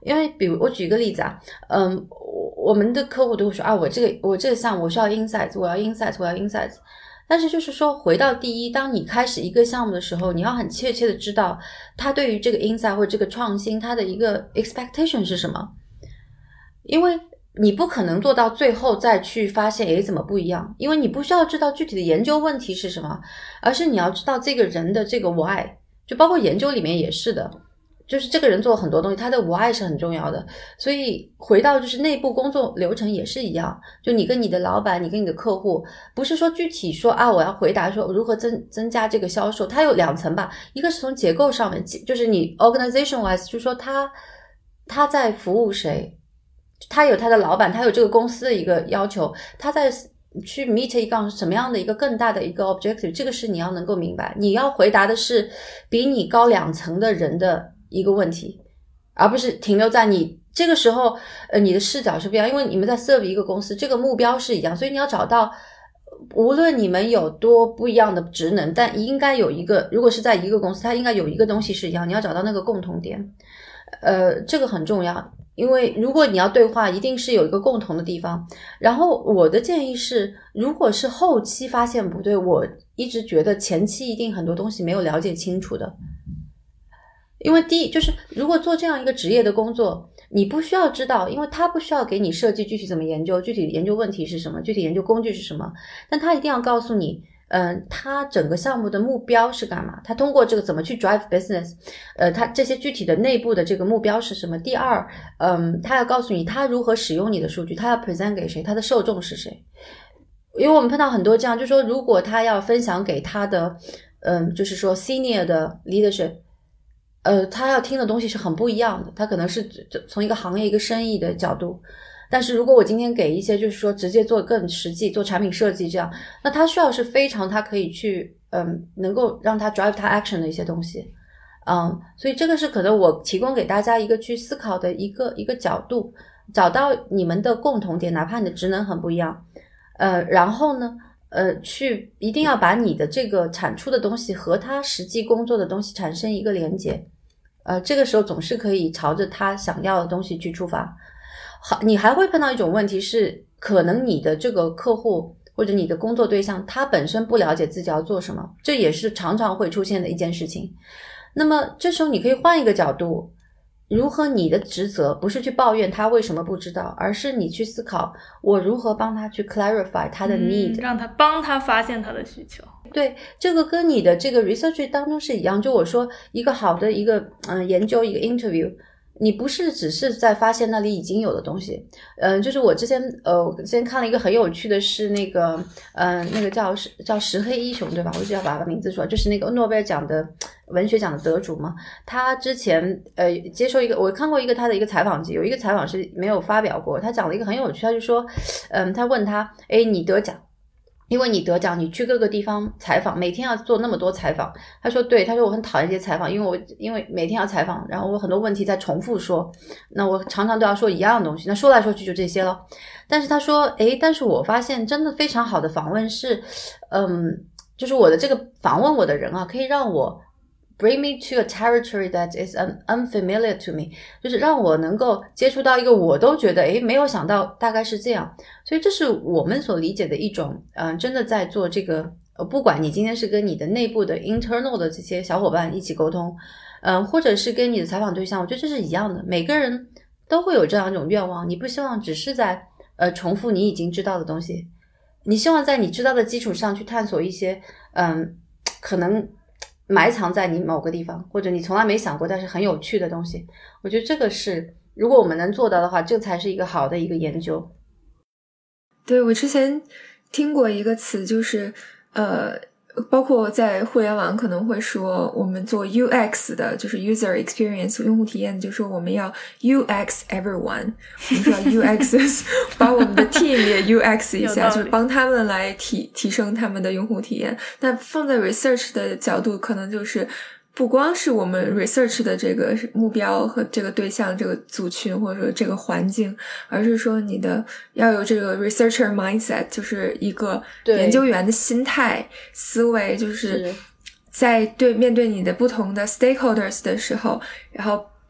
因为比如我举一个例子啊，嗯，我们的客户都会说啊，我这个我这个项目我需要 insights， 我要 insights， 我要 insights。但是就是说回到第一，当你开始一个项目的时候，你要很确切的知道他对于这个 insight 或者这个创新他的一个 expectation 是什么，因为你不可能做到最后再去发现诶怎么不一样，因为你不需要知道具体的研究问题是什么，而是你要知道这个人的这个 why， 就包括研究里面也是的，就是这个人做很多东西他的 why 是很重要的。所以回到就是内部工作流程也是一样，就你跟你的老板你跟你的客户不是说具体说啊我要回答说如何增增加这个销售，它有两层吧，一个是从结构上面，就是你 organization wise 就是说他他在服务谁，他有他的老板，他有这个公司的一个要求，他在去 meet 一个什么样的一个更大的一个 objective， 这个是你要能够明白，你要回答的是比你高两层的人的一个问题，而不是停留在你这个时候呃，你的视角是不一样，因为你们在 serve 一个公司，这个目标是一样，所以你要找到无论你们有多不一样的职能，但应该有一个，如果是在一个公司它应该有一个东西是一样，你要找到那个共同点，呃，这个很重要，因为如果你要对话一定是有一个共同的地方。然后我的建议是，如果是后期发现不对，我一直觉得前期一定很多东西没有了解清楚的，因为第一就是如果做这样一个职业的工作，你不需要知道，因为他不需要给你设计具体怎么研究，具体研究问题是什么，具体研究工具是什么，但他一定要告诉你嗯，他整个项目的目标是干嘛，他通过这个怎么去 drive business， 呃，他这些具体的内部的这个目标是什么。第二嗯，他要告诉你他如何使用你的数据，他要 present 给谁，他的受众是谁。因为我们碰到很多这样，就是说如果他要分享给他的嗯，就是说 senior 的 leadership，呃，他要听的东西是很不一样的，他可能是从一个行业一个生意的角度，但是如果我今天给一些就是说直接做更实际做产品设计这样，那他需要是非常他可以去嗯，能够让他 drive 他 action 的一些东西。嗯，所以这个是可能我提供给大家一个去思考的一个一个角度，找到你们的共同点，哪怕你的职能很不一样，呃，然后呢呃，去一定要把你的这个产出的东西和他实际工作的东西产生一个连接，呃，这个时候总是可以朝着他想要的东西去出发。好，你还会碰到一种问题是，可能你的这个客户或者你的工作对象，他本身不了解自己要做什么，这也是常常会出现的一件事情。那么这时候你可以换一个角度，如何你的职责不是去抱怨他为什么不知道，而是你去思考我如何帮他去 clarify 他的 need， 嗯，让他帮他发现他的需求。 对，这个跟你的这个 research 当中是一样，就我说一个好的一个嗯、呃、研究一个 interview， 你不是只是在发现那里已经有的东西。嗯、呃，就是我之前呃我之前看了一个很有趣的是那个嗯、呃、那个叫叫石黑一雄对吧，我就要把他名字说，就是那个诺贝尔奖的文学奖的得主嘛。他之前呃接受一个，我看过一个他的一个采访集，有一个采访是没有发表过，他讲了一个很有趣，他就说嗯他问他诶你得奖，因为你得奖你去各个地方采访，每天要做那么多采访。他说对，他说我很讨厌这些采访，因为我因为每天要采访，然后我很多问题在重复说，那我常常都要说一样的东西，那说来说去就这些了。但是他说诶但是我发现真的非常好的访问是嗯，就是我的这个访问我的人啊，可以让我Bring me to a territory that is unfamiliar to me， 就是让我能够接触到一个我都觉得诶没有想到大概是这样。所以这是我们所理解的一种嗯、呃，真的在做这个呃，不管你今天是跟你的内部的 internal 的这些小伙伴一起沟通嗯、呃，或者是跟你的采访对象，我觉得这是一样的，每个人都会有这样一种愿望，你不希望只是在呃重复你已经知道的东西，你希望在你知道的基础上去探索一些嗯，可能埋藏在你某个地方，或者你从来没想过但是很有趣的东西。我觉得这个是如果我们能做到的话，这才是一个好的一个研究。 对，我之前听过一个词，就是呃包括在互联网可能会说我们做 U X 的，就是 user experience 用户体验，就说我们要 U X everyone， 我们说 U X 把我们的 team 也 U X 一下，就是帮他们来提提升他们的用户体验。那放在 research 的角度，可能就是不光是我们 research 的这个目标和这个对象这个族群或者说这个环境，而是说你的要有这个 researcher mindset， 就是一个研究员的心态思维，就是在对面对你的不同的 stakeholders 的时候，然后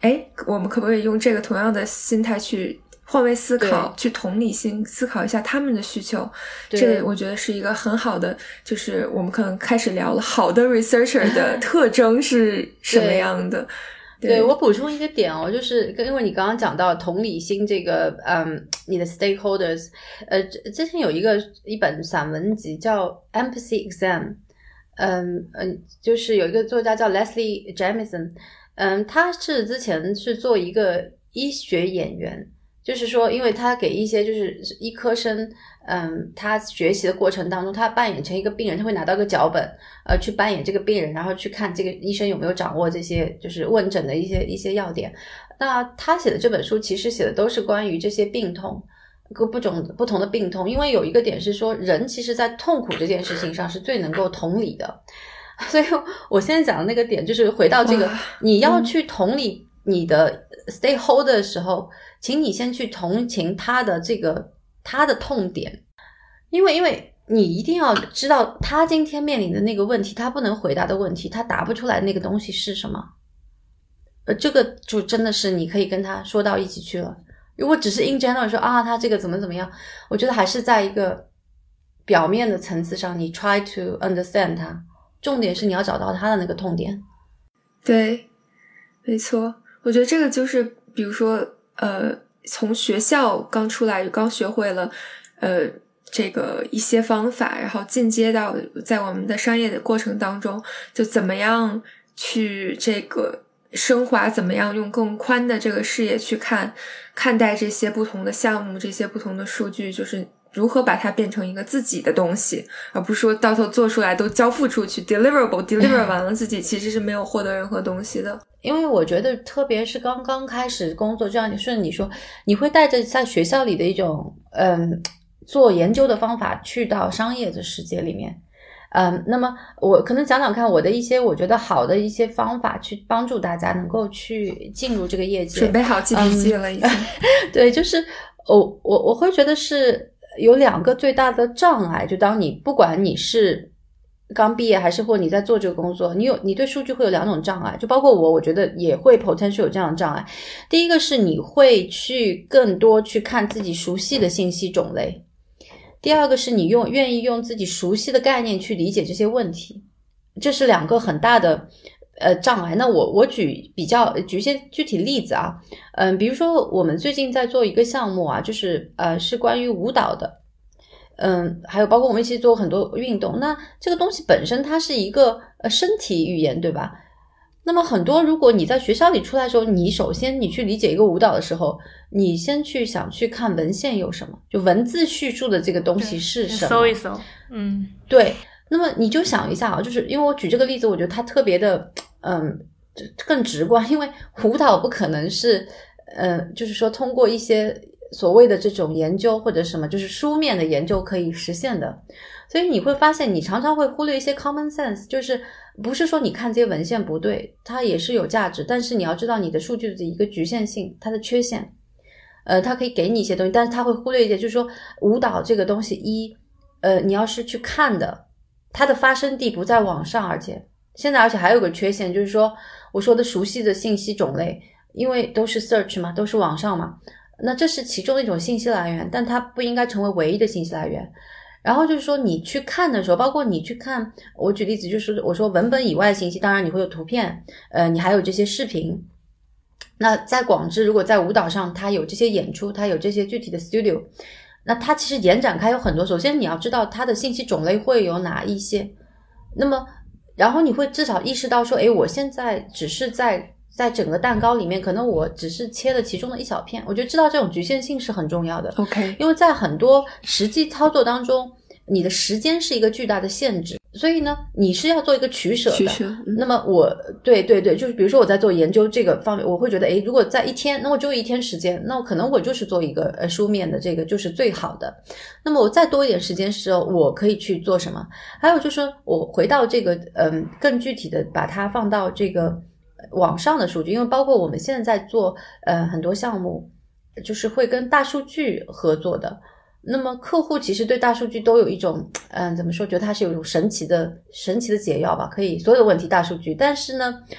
哎，我们可不可以用这个同样的心态去换位思考，去同理心思考一下他们的需求？这个我觉得是一个很好的，就是我们可能开始聊了好的 researcher 的特征是什么样的。 对, 对我补充一个点哦，就是因为你刚刚讲到同理心这个，嗯，你的 stakeholders， 呃，之前有一个一本散文集叫 Empathy Exam， 嗯嗯，就是有一个作家叫 Leslie Jamison， 嗯，他是之前是做一个医学演员。就是说因为他给一些就是医科生嗯，他学习的过程当中他扮演成一个病人，他会拿到个脚本呃，去扮演这个病人，然后去看这个医生有没有掌握这些就是问诊的一些一些要点。那他写的这本书其实写的都是关于这些病痛各不种不同的病痛，因为有一个点是说人其实在痛苦这件事情上是最能够同理的。所以我现在讲的那个点就是回到这个你要去同理你的 stakeholder 的时候，请你先去同情他的这个他的痛点，因为因为你一定要知道他今天面临的那个问题，他不能回答的问题，他答不出来那个东西是什么，呃，这个就真的是你可以跟他说到一起去了。如果只是 in general 说啊他这个怎么怎么样，我觉得还是在一个表面的层次上你 try to understand 他，重点是你要找到他的那个痛点。 对，没错，我觉得这个就是比如说呃，从学校刚出来刚学会了呃这个一些方法，然后进阶到在我们的商业的过程当中就怎么样去这个升华，怎么样用更宽的这个视野去看看待这些不同的项目，这些不同的数据，就是如何把它变成一个自己的东西，而不是说到头做出来都交付出去 deliverable deliver 完了自己其实是没有获得任何东西的。 因为我觉得特别是刚刚开始工作，就像你顺你说你会带着在学校里的一种嗯做研究的方法去到商业的世界里面。嗯，那么我可能讲讲看我的一些我觉得好的一些方法，去帮助大家能够去进入这个业界。 准备好记笔记了已经、嗯、 对，就是我我我会觉得是有两个最大的障碍，就当你不管你是刚毕业还是或你在做这个工作，你有你对数据会有两种障碍，就包括我我觉得也会 potential 有这样的障碍。第一个是你会去更多去看自己熟悉的信息种类，第二个是你用愿意用自己熟悉的概念去理解这些问题，这是两个很大的呃障碍。那我我举比较举一些具体例子啊，嗯，比如说我们最近在做一个项目啊，就是呃是关于舞蹈的，嗯，还有包括我们一起做很多运动，那这个东西本身它是一个呃身体语言，对吧？那么很多如果你在学校里出来的时候，你首先你去理解一个舞蹈的时候，你先去想去看文献有什么，就文字叙述的这个东西是什么， 搜一搜。嗯， 对。那么你就想一下啊，就是因为我举这个例子我觉得它特别的嗯更直观，因为舞蹈不可能是呃就是说通过一些所谓的这种研究或者什么就是书面的研究可以实现的。所以你会发现你常常会忽略一些 common sense， 就是不是说你看这些文献不对，它也是有价值，但是你要知道你的数据的一个局限性，它的缺陷，呃，它可以给你一些东西，但是它会忽略一些，就是说舞蹈这个东西一呃，你要是去看的它的发生地不在网上，而且现在而且还有个缺陷，就是说我说的熟悉的信息种类，因为都是 search 嘛，都是网上嘛，那这是其中的一种信息来源，但它不应该成为唯一的信息来源。然后就是说你去看的时候，包括你去看，我举例子就是我说文本以外的信息，当然你会有图片，呃，你还有这些视频。那在广知如果在舞蹈上它有这些演出，它有这些具体的 studio， 那它其实延展开有很多，首先你要知道它的信息种类会有哪一些，那么然后你会至少意识到说，诶，我现在只是在在整个蛋糕里面可能我只是切了其中的一小片，我觉得知道这种局限性是很重要的。 OK， 因为在很多实际操作当中你的时间是一个巨大的限制，所以呢你是要做一个取舍的取舍、嗯、 那么我对对对，就是比如说我在做研究这个方面，我会觉得诶，如果在一天，那我就一天时间，那我可能我就是做一个呃书面的这个就是最好的，那么我再多一点时间时候我可以去做什么。还有就是说我回到这个嗯更具体的把它放到这个网上的数据，因为包括我们现在在做呃很多项目就是会跟大数据合作的，那么客户其实对大数据都有一种嗯怎么说，觉得它是有一种神奇的神奇的解药吧，可以所有的问题大数据，但是呢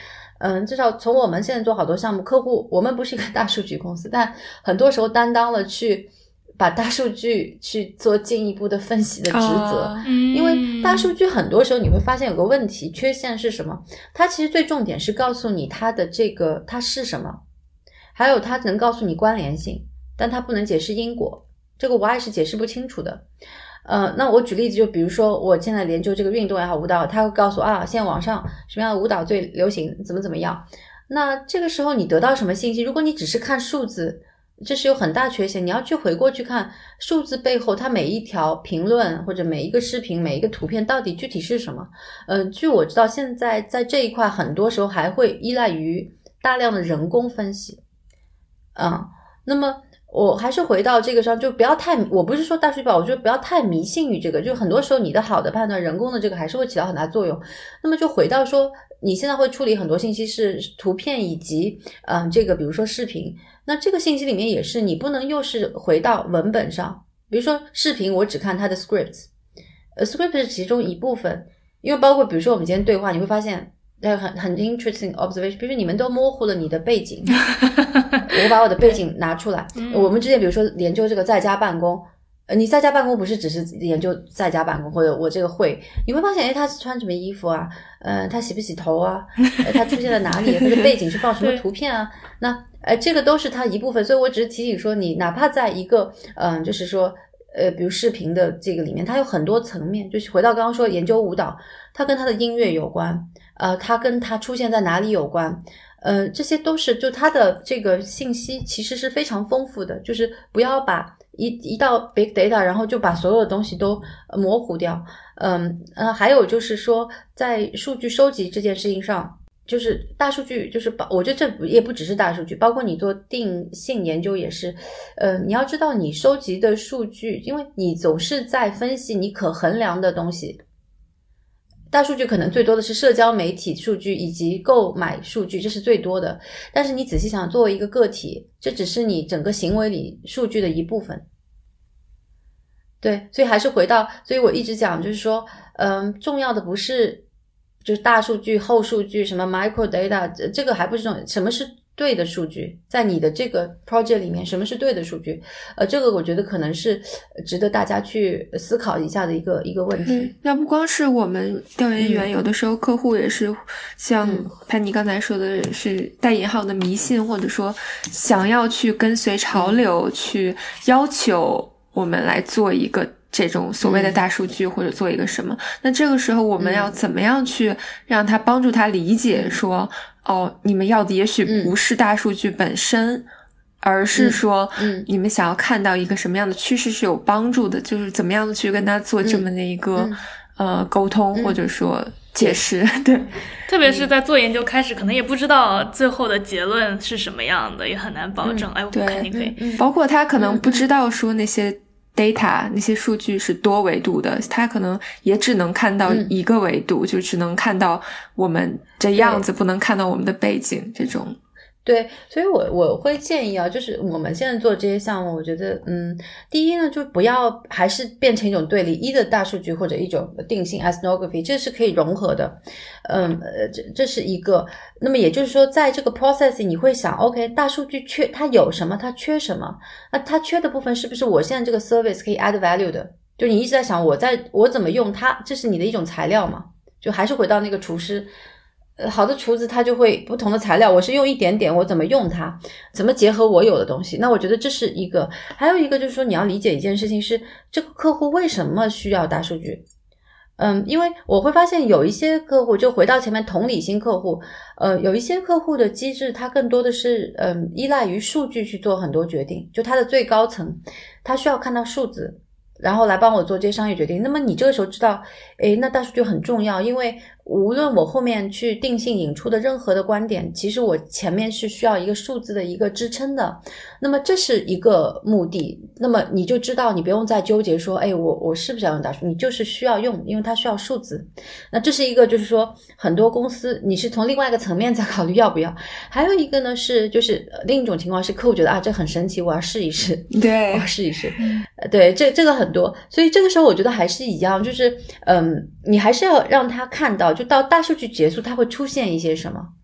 嗯，至少从我们现在做好多项目，客户我们不是一个大数据公司，但很多时候担当了去把大数据去做进一步的分析的职责、 哦、 因为大数据很多时候你会发现有个问题缺陷是什么，它其实最重点是告诉你它的这个它是什么，还有它能告诉你关联性，但它不能解释因果，这个 why 是解释不清楚的。呃，那我举例子，就比如说我现在研究这个运动也好舞蹈，它会告诉啊，现在网上什么样的舞蹈最流行，怎么怎么样。那这个时候你得到什么信息？如果你只是看数字，这是有很大缺陷，你要去回过去看数字背后它每一条评论或者每一个视频每一个图片到底具体是什么。嗯、呃，据我知道现在在这一块很多时候还会依赖于大量的人工分析。嗯，那么我还是回到这个上，就不要太，我不是说大数据吧，我觉得不要太迷信于这个，就很多时候你的好的判断，人工的这个还是会起到很大作用。那么就回到说，你现在会处理很多信息是图片以及嗯、呃、这个比如说视频，那这个信息里面也是你不能又是回到文本上，比如说视频我只看它的 scripts， 呃 script 是其中一部分，因为包括比如说我们今天对话，你会发现很很 interesting observation， 比如说你们都模糊了你的背景我把我的背景拿出来、嗯、我们之前比如说研究这个在家办公，呃，你在家办公不是只是研究在家办公，或者我这个会你会发现诶他穿什么衣服啊，呃，他洗不洗头啊，呃、他出现在哪里他的背景是放什么图片啊那呃，这个都是他一部分，所以我只是提醒说你哪怕在一个嗯、呃，就是说呃，比如视频的这个里面它有很多层面，就是回到刚刚说研究舞蹈，它跟它的音乐有关，呃，它跟它出现在哪里有关，呃，这些都是就它的这个信息其实是非常丰富的，就是不要把一一到 big data 然后就把所有的东西都模糊掉。嗯呃，还有就是说在数据收集这件事情上，就是大数据就是我觉得这也不只是大数据，包括你做定性研究也是，呃，你要知道你收集的数据，因为你总是在分析你可衡量的东西，大数据可能最多的是社交媒体数据以及购买数据，这是最多的，但是你仔细想作为一个个体，这只是你整个行为里数据的一部分。对，所以还是回到，所以我一直讲就是说嗯，重要的不是就是大数据后数据什么 micro data， 这个还不是重点，什么是对的数据，在你的这个 project 里面什么是对的数据，呃，这个我觉得可能是值得大家去思考一下的一个一个问题。 嗯，那不光是我们调研员、嗯、有的时候客户也是像潘妮刚才说的是带引号的迷信，或者说想要去跟随潮流、嗯、去要求我们来做一个这种所谓的大数据或者做一个什么、嗯、那这个时候我们要怎么样去让他帮助他理解说、嗯、哦，你们要的也许不是大数据本身、嗯、而是说、嗯、你们想要看到一个什么样的趋势是有帮助的，就是怎么样的去跟他做这么的一个、嗯、呃沟通、嗯、或者说解释。对， 特别是在做研究开始可能也不知道最后的结论是什么样的，也很难保证、嗯、哎，我肯定可以、 嗯、包括他可能不知道说那些data 那些数据是多维度的，他可能也只能看到一个维度、嗯、就只能看到我们这样子，不能看到我们的背景这种。 对，所以我我会建议啊，就是我们现在做这些项目，我觉得嗯，第一呢，就不要还是变成一种对立，一的大数据或者一种定性 ethnography， 这是可以融合的。嗯呃这这是一个。那么也就是说在这个 process 你会想 OK 大数据缺它有什么，它缺什么，那它缺的部分是不是我现在这个 service 可以 add value 的，就你一直在想我在我怎么用它，这是你的一种材料嘛，就还是回到那个厨师，呃，好的厨子他就会不同的材料，我是用一点点，我怎么用它，怎么结合我有的东西，那我觉得这是一个。还有一个就是说你要理解一件事情是这个客户为什么需要大数据。嗯，因为我会发现有一些客户，就回到前面同理心客户，呃，有一些客户的机制，它更多的是嗯依赖于数据去做很多决定，就它的最高层，它需要看到数字，然后来帮我做这些商业决定。那么你这个时候知道，诶，那大数据很重要，因为无论我后面去定性引出的任何的观点，其实我前面是需要一个数字的一个支撑的。那么这是一个目的，那么你就知道你不用再纠结说，诶，我我是不是要用大数据，你就是需要用，因为它需要数字。那这是一个就是说很多公司你是从另外一个层面在考虑要不要。还有一个呢是就是另一种情况是客户觉得啊这很神奇，我要试一试， 对， 我要试一试。对，这这个很多，所以这个时候我觉得还是一样，就是嗯，你还是要让他看到，就到大数据结束它会出现一些什么，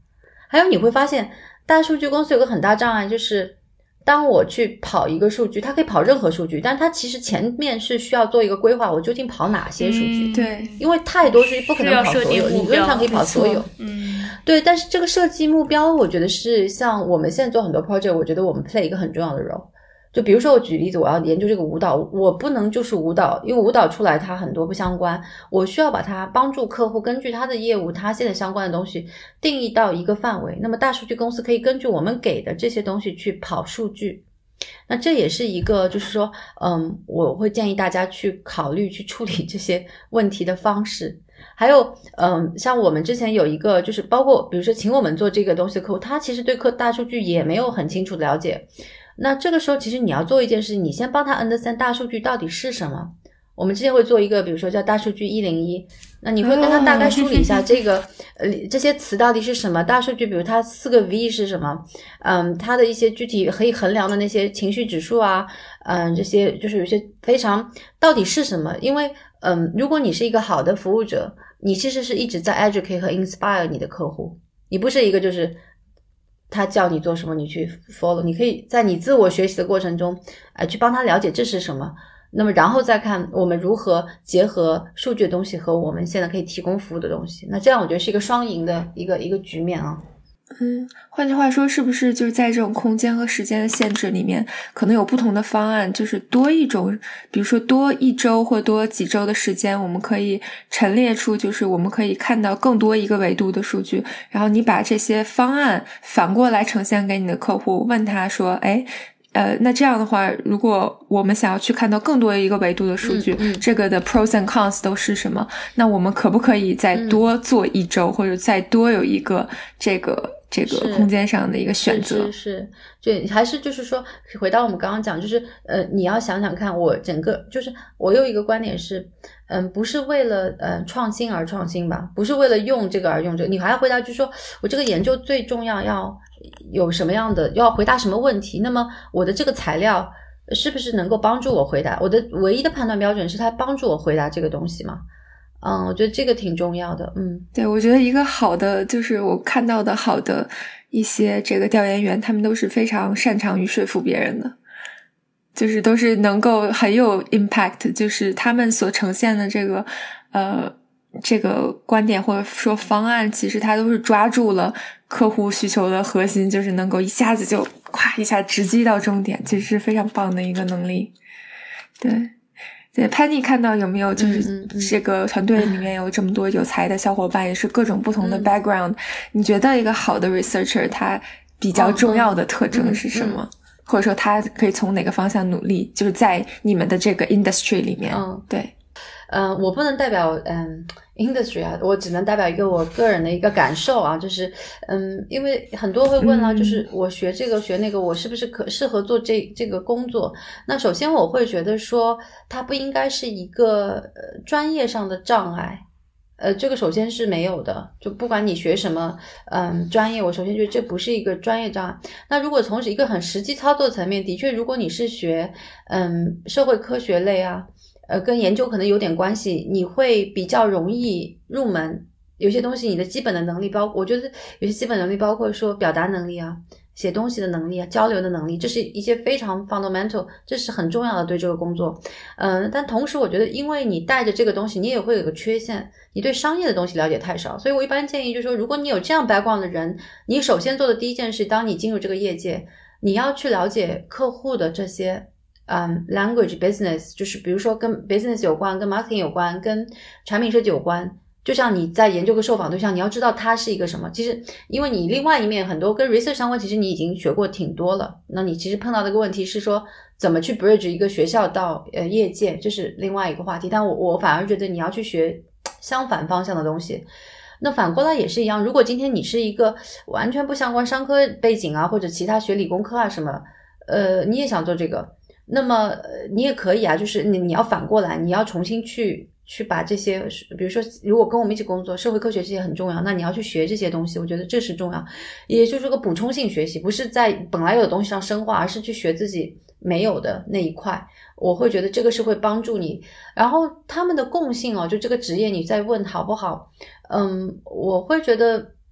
还有你会发现大数据公司有个很大障碍，就是当我去跑一个数据，它可以跑任何数据，但它其实前面是需要做一个规划，我究竟跑哪些数据、 嗯、对， 因为太多数据不可能跑所有，理论上可以跑所有， 嗯， 对，但是这个设计目标我觉得是像我们现在做很多 project， 我觉得我们 play 一个很重要的 role。就比如说我举例子，我要研究这个舞蹈，我不能就是舞蹈，因为舞蹈出来它很多不相关，我需要把它帮助客户根据他的业务他现在相关的东西定义到一个范围，那么大数据公司可以根据我们给的这些东西去跑数据。那这也是一个就是说嗯，我会建议大家去考虑去处理这些问题的方式。还有嗯，像我们之前有一个就是包括比如说请我们做这个东西的客户，他其实对客大数据也没有很清楚的了解，那这个时候其实你要做一件事，你先帮他 understand 大数据到底是什么。我们之前会做一个比如说叫大数据一零一，那你会跟他大概梳理一下这个、哦、呃这些词到底是什么，大数据比如它四个 V 是什么，嗯，它的一些具体可以衡量的那些情绪指数啊，嗯，这些就是有些非常到底是什么。因为嗯，如果你是一个好的服务者，你其实是一直在 educate 和 inspire 你的客户，你不是一个就是他叫你做什么你去 follow， 你可以在你自我学习的过程中呃，去帮他了解这是什么，那么然后再看我们如何结合数据的东西和我们现在可以提供服务的东西，那这样我觉得是一个双赢的一个一个局面啊。 嗯，换句话说，是不是就是在这种空间和时间的限制里面，可能有不同的方案，就是多一种，比如说多一周或多几周的时间，我们可以陈列出，就是我们可以看到更多一个维度的数据，然后你把这些方案反过来呈现给你的客户，问他说，哎，呃，那这样的话，如果我们想要去看到更多一个维度的数据、嗯嗯、这个的 pros and cons 都是什么，那我们可不可以再多做一周、嗯、或者再多有一个这个这个空间上的一个选择。 是是是，就还是就是说回到我们刚刚讲，就是呃你要想想看，我整个就是我有一个观点是嗯，不是为了呃创新而创新吧，不是为了用这个而用这个，你还要回答就是说我这个研究最重要要有什么样的，要回答什么问题，那么我的这个材料是不是能够帮助我回答，我的唯一的判断标准是它帮助我回答这个东西吗？嗯，我觉得这个挺重要的。嗯， 对，我觉得一个好的就是我看到的好的一些这个调研员，他们都是非常擅长于说服别人的，就是都是能够很有 impact， 就是他们所呈现的这个呃这个观点或者说方案，其实它都是抓住了客户需求的核心，就是能够一下子就咵一下直击到终点，其实是非常棒的一个能力。对对，潘妮看到有没有就是这个团队里面有这么多有才的小伙伴，也是各种不同的 background，、嗯、你觉得一个好的 researcher 他比较重要的特征是什么、嗯嗯、或者说他可以从哪个方向努力，就是在你们的这个 industry 里面。嗯，对。 嗯、呃，我不能代表嗯 industry 啊，我只能代表一个我个人的一个感受啊，就是嗯，因为很多会问啊，就是我学这个学那个，我是不是可适合做这这个工作？那首先我会觉得说，它不应该是一个呃专业上的障碍，呃，这个首先是没有的，就不管你学什么嗯专业，我首先觉得这不是一个专业障碍。那如果从一个很实际操作层面，的确，如果你是学嗯社会科学类啊。呃，跟研究可能有点关系，你会比较容易入门。有些东西你的基本的能力包括，我觉得有些基本能力包括说表达能力啊，写东西的能力啊，交流的能力，这是一些非常 fundamental， 这是很重要的对这个工作。嗯、呃，但同时我觉得因为你带着这个东西，你也会有个缺陷，你对商业的东西了解太少。所以我一般建议就是说，如果你有这样 background 的人，你首先做的第一件事，当你进入这个业界，你要去了解客户的这些嗯 language business， 就是比如说跟 business 有关，跟 marketing 有关，跟产品设计有关。就像你在研究个受访对象，你要知道它是一个什么。其实因为你另外一面很多跟 research 相关，其实你已经学过挺多了。那你其实碰到的一个问题是说怎么去 bridge 一个学校到呃业界，这是另外一个话题。但我我反而觉得你要去学相反方向的东西。那反过来也是一样，如果今天你是一个完全不相关商科背景啊，或者其他学理工科啊什么，呃，你也想做这个。那么你也可以啊，就是你你要反过来，你要重新去去把这些，比如说如果跟我们一起工作，社会科学这些很重要，那你要去学这些东西，我觉得这是重要，也就是个补充性学习，不是在本来有的东西上深化，而是去学自己没有的那一块，我会觉得这个是会帮助你。然后他们的共性哦，就这个职业你在问好不好，嗯，我会觉得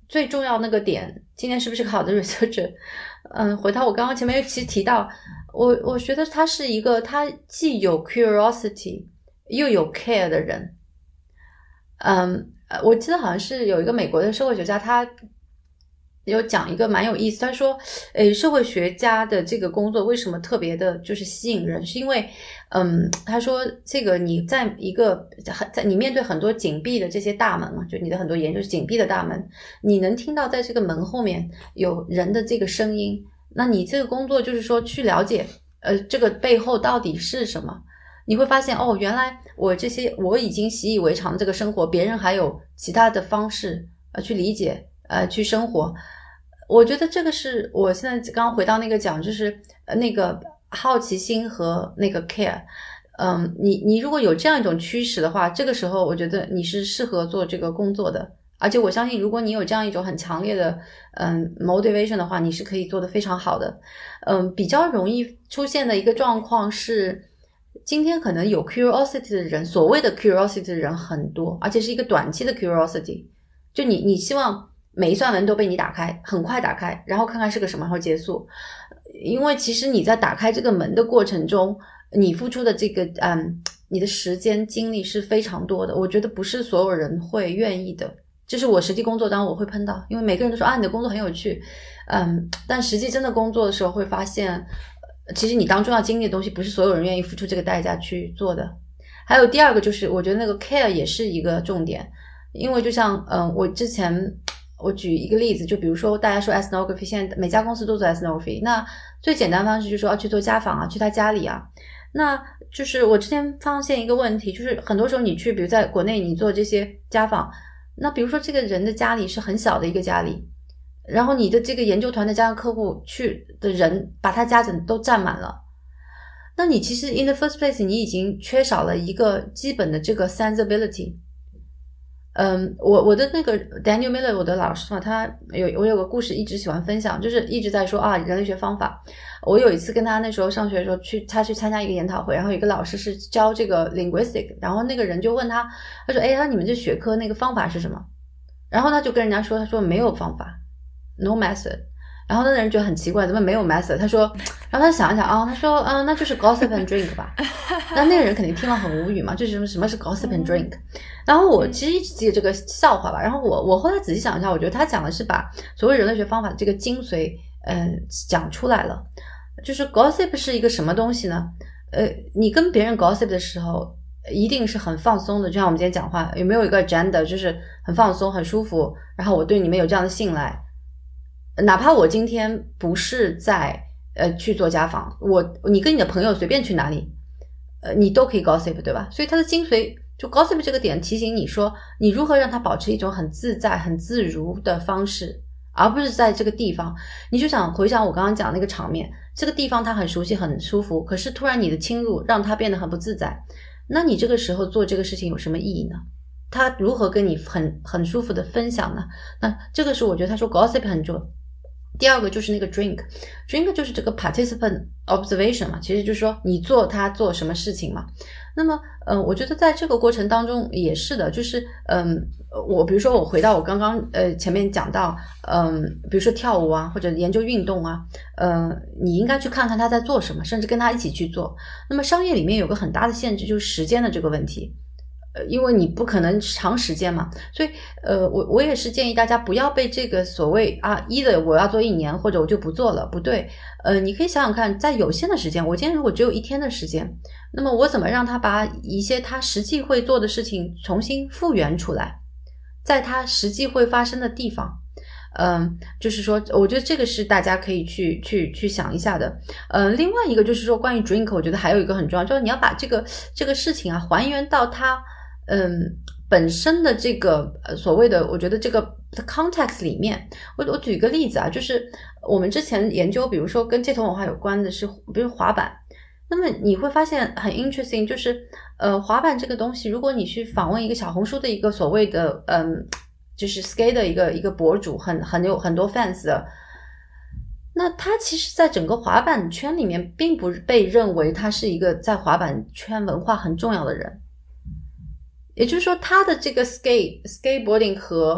最重要那个点，今天是不是个好的 researcher？ 嗯，回到我刚刚前面其实提到，我我觉得他是一个他既有 curiosity 又有 care 的人。嗯，我记得好像是有一个美国的社会学家，他有讲一个蛮有意思，他说诶，社会学家的这个工作为什么特别的就是吸引人，是因为嗯，他说这个你在一个在你面对很多紧闭的这些大门嘛，就你的很多研究是紧闭的大门，你能听到在这个门后面有人的这个声音，那你这个工作就是说去了解呃这个背后到底是什么，你会发现哦，原来我这些我已经习以为常的这个生活，别人还有其他的方式呃去理解呃去生活。我觉得这个是我现在刚刚回到那个讲，就是呃那个好奇心和那个 care。嗯，你你如果有这样一种驱使的话，这个时候我觉得你是适合做这个工作的。而且我相信如果你有这样一种很强烈的嗯 motivation 的话，你是可以做得非常好的。嗯，比较容易出现的一个状况是，今天可能有 curiosity 的人，所谓的 curiosity 的人很多，而且是一个短期的 curiosity， 就你你希望每一扇门都被你打开，很快打开，然后看看是个什么，然后结束。因为其实你在打开这个门的过程中，你付出的这个嗯，你的时间精力是非常多的，我觉得不是所有人会愿意的。这是我实际工作当中我会碰到，因为每个人都说啊你的工作很有趣，嗯，但实际真的工作的时候会发现，其实你当中要经历的东西不是所有人愿意付出这个代价去做的。还有第二个就是我觉得那个 care 也是一个重点，因为就像嗯，我之前我举一个例子，就比如说大家说 ethnography， 现在每家公司都做 ethnography， 那最简单的方式就是说要去做家访啊，去他家里啊。那就是我之前发现一个问题，就是很多时候你去比如在国内你做这些家访，那比如说这个人的家里是很小的一个家里，然后你的这个研究团的家客户去的人把他家整都占满了，那你其实 in the first place 你已经缺少了一个基本的这个 sensibility。嗯，我我的那个 Daniel Miller 我的老师嘛，他有我有个故事一直喜欢分享，就是一直在说啊人类学方法。我有一次跟他那时候上学的时候去他去参加一个研讨会，然后有一个老师是教这个 linguistic， 然后那个人就问他，他说诶，他你们这学科那个方法是什么？然后他就跟人家说，他说没有方法 no method。然后那个人觉得很奇怪，怎么没有 method？ 他说，然后他想一想啊、哦，他说，嗯，那就是 gossip and drink 吧。那那个人肯定听了很无语嘛，就是什么什么是 gossip and drink？ 然后我其实一直记得这个笑话吧。然后我我后来仔细想一下，我觉得他讲的是把所谓人类学方法的这个精髓，嗯、呃，讲出来了。就是 gossip 是一个什么东西呢？呃，你跟别人 gossip 的时候，一定是很放松的，就像我们今天讲话，有没有一个 agenda， 就是很放松、很舒服，然后我对你们有这样的信赖。哪怕我今天不是在呃去做家访，我你跟你的朋友随便去哪里，呃你都可以 gossip， 对吧？所以它的精髓就 gossip 这个点提醒你说，你如何让它保持一种很自在、很自如的方式，而不是在这个地方。你就想回想我刚刚讲那个场面，这个地方它很熟悉、很舒服，可是突然你的侵入让它变得很不自在，那你这个时候做这个事情有什么意义呢？他如何跟你很很舒服的分享呢？那这个是我觉得他说 gossip 很重要。第二个就是那个 drink drink 就是这个 participant observation 嘛，其实就是说你做他做什么事情嘛。那么呃，我觉得在这个过程当中也是的，就是嗯，我比如说我回到我刚刚呃前面讲到嗯，比如说跳舞啊或者研究运动啊，呃，你应该去看看他在做什么，甚至跟他一起去做。那么商业里面有个很大的限制，就是时间的这个问题。因为你不可能长时间嘛，所以呃，我我也是建议大家不要被这个所谓啊，一的我要做一年或者我就不做了，不对。呃，你可以想想看，在有限的时间，我今天如果只有一天的时间，那么我怎么让他把一些他实际会做的事情重新复原出来，在他实际会发生的地方。嗯，就是说我觉得这个是大家可以去去去想一下的。呃，另外一个就是说关于 drink， 我觉得还有一个很重要，就是你要把这个这个事情啊还原到它嗯本身的这个呃所谓的我觉得这个 context 里面。我我举一个例子啊，就是我们之前研究比如说跟街头文化有关的是比如滑板，那么你会发现很 interesting， 就是呃滑板这个东西，如果你去访问一个小红书的一个所谓的嗯就是 skate 的一个一个博主，很很有很多 fans 的，那他其实在整个滑板圈里面并不被认为他是一个在滑板圈文化很重要的人。也就是说他的这个 skate skateboarding 和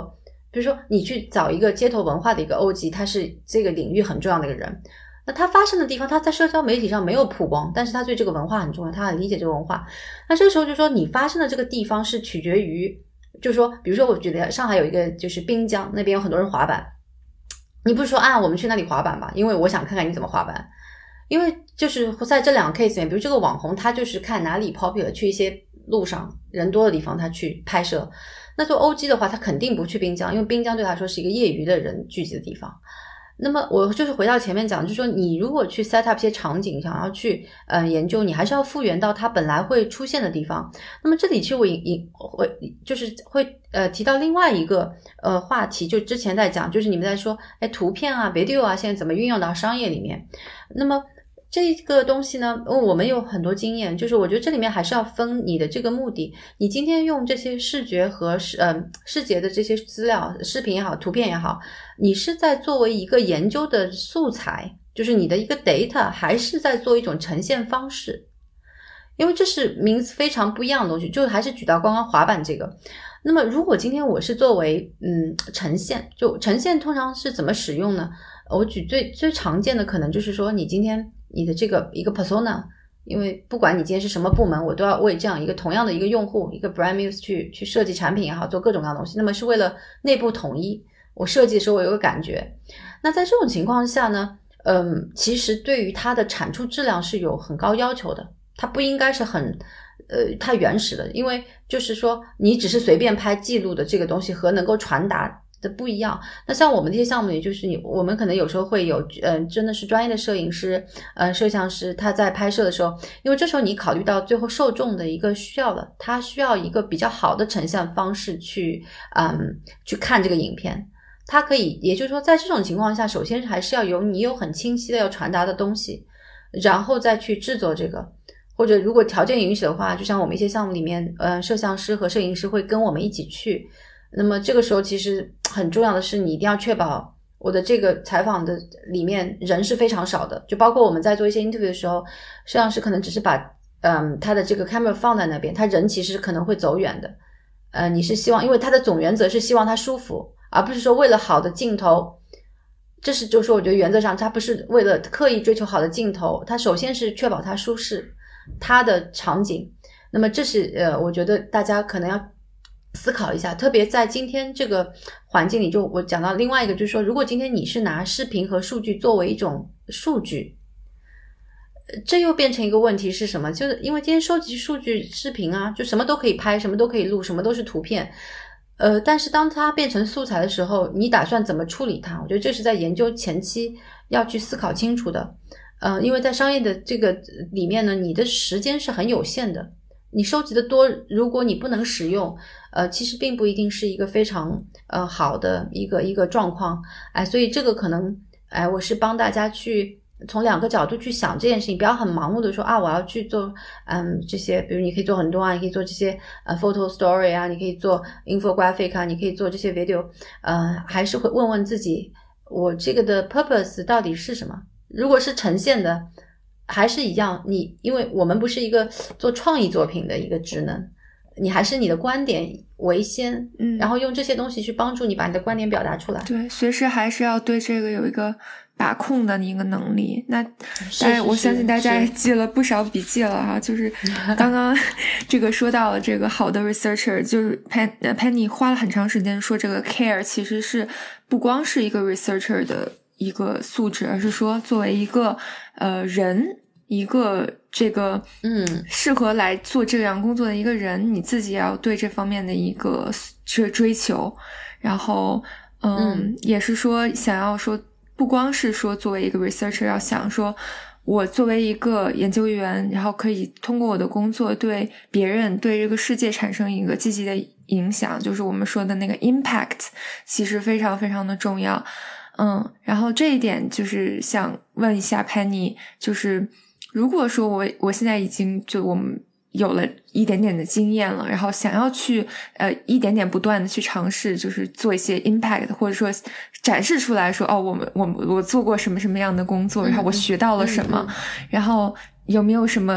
比如说你去找一个街头文化的一个 O G， 他是这个领域很重要的一个人，那他发生的地方他在社交媒体上没有曝光，但是他对这个文化很重要，他很理解这个文化。那这个时候就说你发生的这个地方是取决于，就是说比如说我觉得上海有一个就是滨江，那边有很多人滑板，你不是说啊我们去那里滑板吧，因为我想看看你怎么滑板，因为就是在这两个 case 里面，比如这个网红他就是看哪里 popular， 去一些路上人多的地方他去拍摄。那做 O G 的话他肯定不去滨江，因为滨江对他来说是一个业余的人聚集的地方。那么我就是回到前面讲，就是说你如果去 set up 一些场景，想要去呃研究，你还是要复原到它本来会出现的地方。那么这里其实我引我就是会呃提到另外一个呃话题，就之前在讲，就是你们在说哎图片啊 video 啊现在怎么运用到商业里面。那么这个东西呢，我们有很多经验，就是我觉得这里面还是要分你的这个目的。你今天用这些视觉和呃视觉的这些资料，视频也好，图片也好，你是在作为一个研究的素材，就是你的一个 data， 还是在做一种呈现方式？因为这是名词非常不一样的东西，就还是举到刚刚滑板这个。那么如果今天我是作为嗯呈现，就呈现通常是怎么使用呢？我举最最常见的可能就是说，你今天你的这个一个 persona， 因为不管你今天是什么部门，我都要为这样一个同样的一个用户，一个 brand muse 去去设计产品也好，做各种各样的东西，那么是为了内部统一。我设计的时候我有个感觉。那在这种情况下呢，嗯，其实对于它的产出质量是有很高要求的，它不应该是很呃太原始的，因为就是说你只是随便拍记录的这个东西和能够传达的不一样。那像我们这些项目里，就是你我们可能有时候会有呃真的是专业的摄影师呃摄像师，他在拍摄的时候，因为这时候你考虑到最后受众的一个需要了，他需要一个比较好的呈现方式去嗯去看这个影片。他可以也就是说在这种情况下，首先还是要有你有很清晰的要传达的东西，然后再去制作这个。或者如果条件允许的话，就像我们一些项目里面呃摄像师和摄影师会跟我们一起去，那么这个时候其实很重要的是你一定要确保我的这个采访的里面人是非常少的，就包括我们在做一些 interview 的时候，摄像师可能只是把嗯他的这个 camera 放在那边，他人其实可能会走远的。呃你是希望，因为他的总原则是希望他舒服，而不是说为了好的镜头，这是就是我觉得原则上他不是为了刻意追求好的镜头，他首先是确保他舒适，他的场景。那么这是呃我觉得大家可能要思考一下，特别在今天这个环境里，就我讲到另外一个，就是说如果今天你是拿视频和数据作为一种数据，这又变成一个问题是什么？就是因为今天收集数据视频啊，就什么都可以拍，什么都可以录，什么都是图片，呃，但是当它变成素材的时候，你打算怎么处理它？我觉得这是在研究前期要去思考清楚的。呃，因为在商业的这个里面呢，你的时间是很有限的，你收集的多，如果你不能使用，呃，其实并不一定是一个非常呃好的一个一个状况。哎，所以这个可能，哎，我是帮大家去从两个角度去想这件事情，不要很盲目的说啊，我要去做嗯这些，比如你可以做很多啊，你可以做这些呃 photo story 啊，你可以做 infographic 啊，你可以做这些 video， 呃，还是会问问自己，我这个的 purpose 到底是什么？如果是呈现的，还是一样，你因为我们不是一个做创意作品的一个职能，你还是你的观点为先， 嗯， 然后用这些东西去帮助你把你的观点表达出来。 对，随时还是要对这个有一个把控的一个能力。那当然我相信大家也记了不少笔记了哈，就是刚刚这个说到了这个好的 researcher， 就是 Pen Penny 花了很长时间说这个 care 其实是不光是一个 researcher 的一个素质，而是说作为一个呃人，一个这个嗯适合来做这样工作的一个人，你自己也要对这方面的一个追追求，然后嗯, 嗯也是说想要说不光是说作为一个 researcher 要想说我作为一个研究员，然后可以通过我的工作对别人对这个世界产生一个积极的影响，就是我们说的那个 impact 其实非常非常的重要。嗯，然后这一点就是想问一下 Penny， 就是如果说我我现在已经就我们有了一点点的经验了，然后想要去呃一点点不断的去尝试，就是做一些 impact， 或者说展示出来说哦，我们我我做过什么什么样的工作，然后我学到了什么， 嗯嗯嗯、 然后有没有什么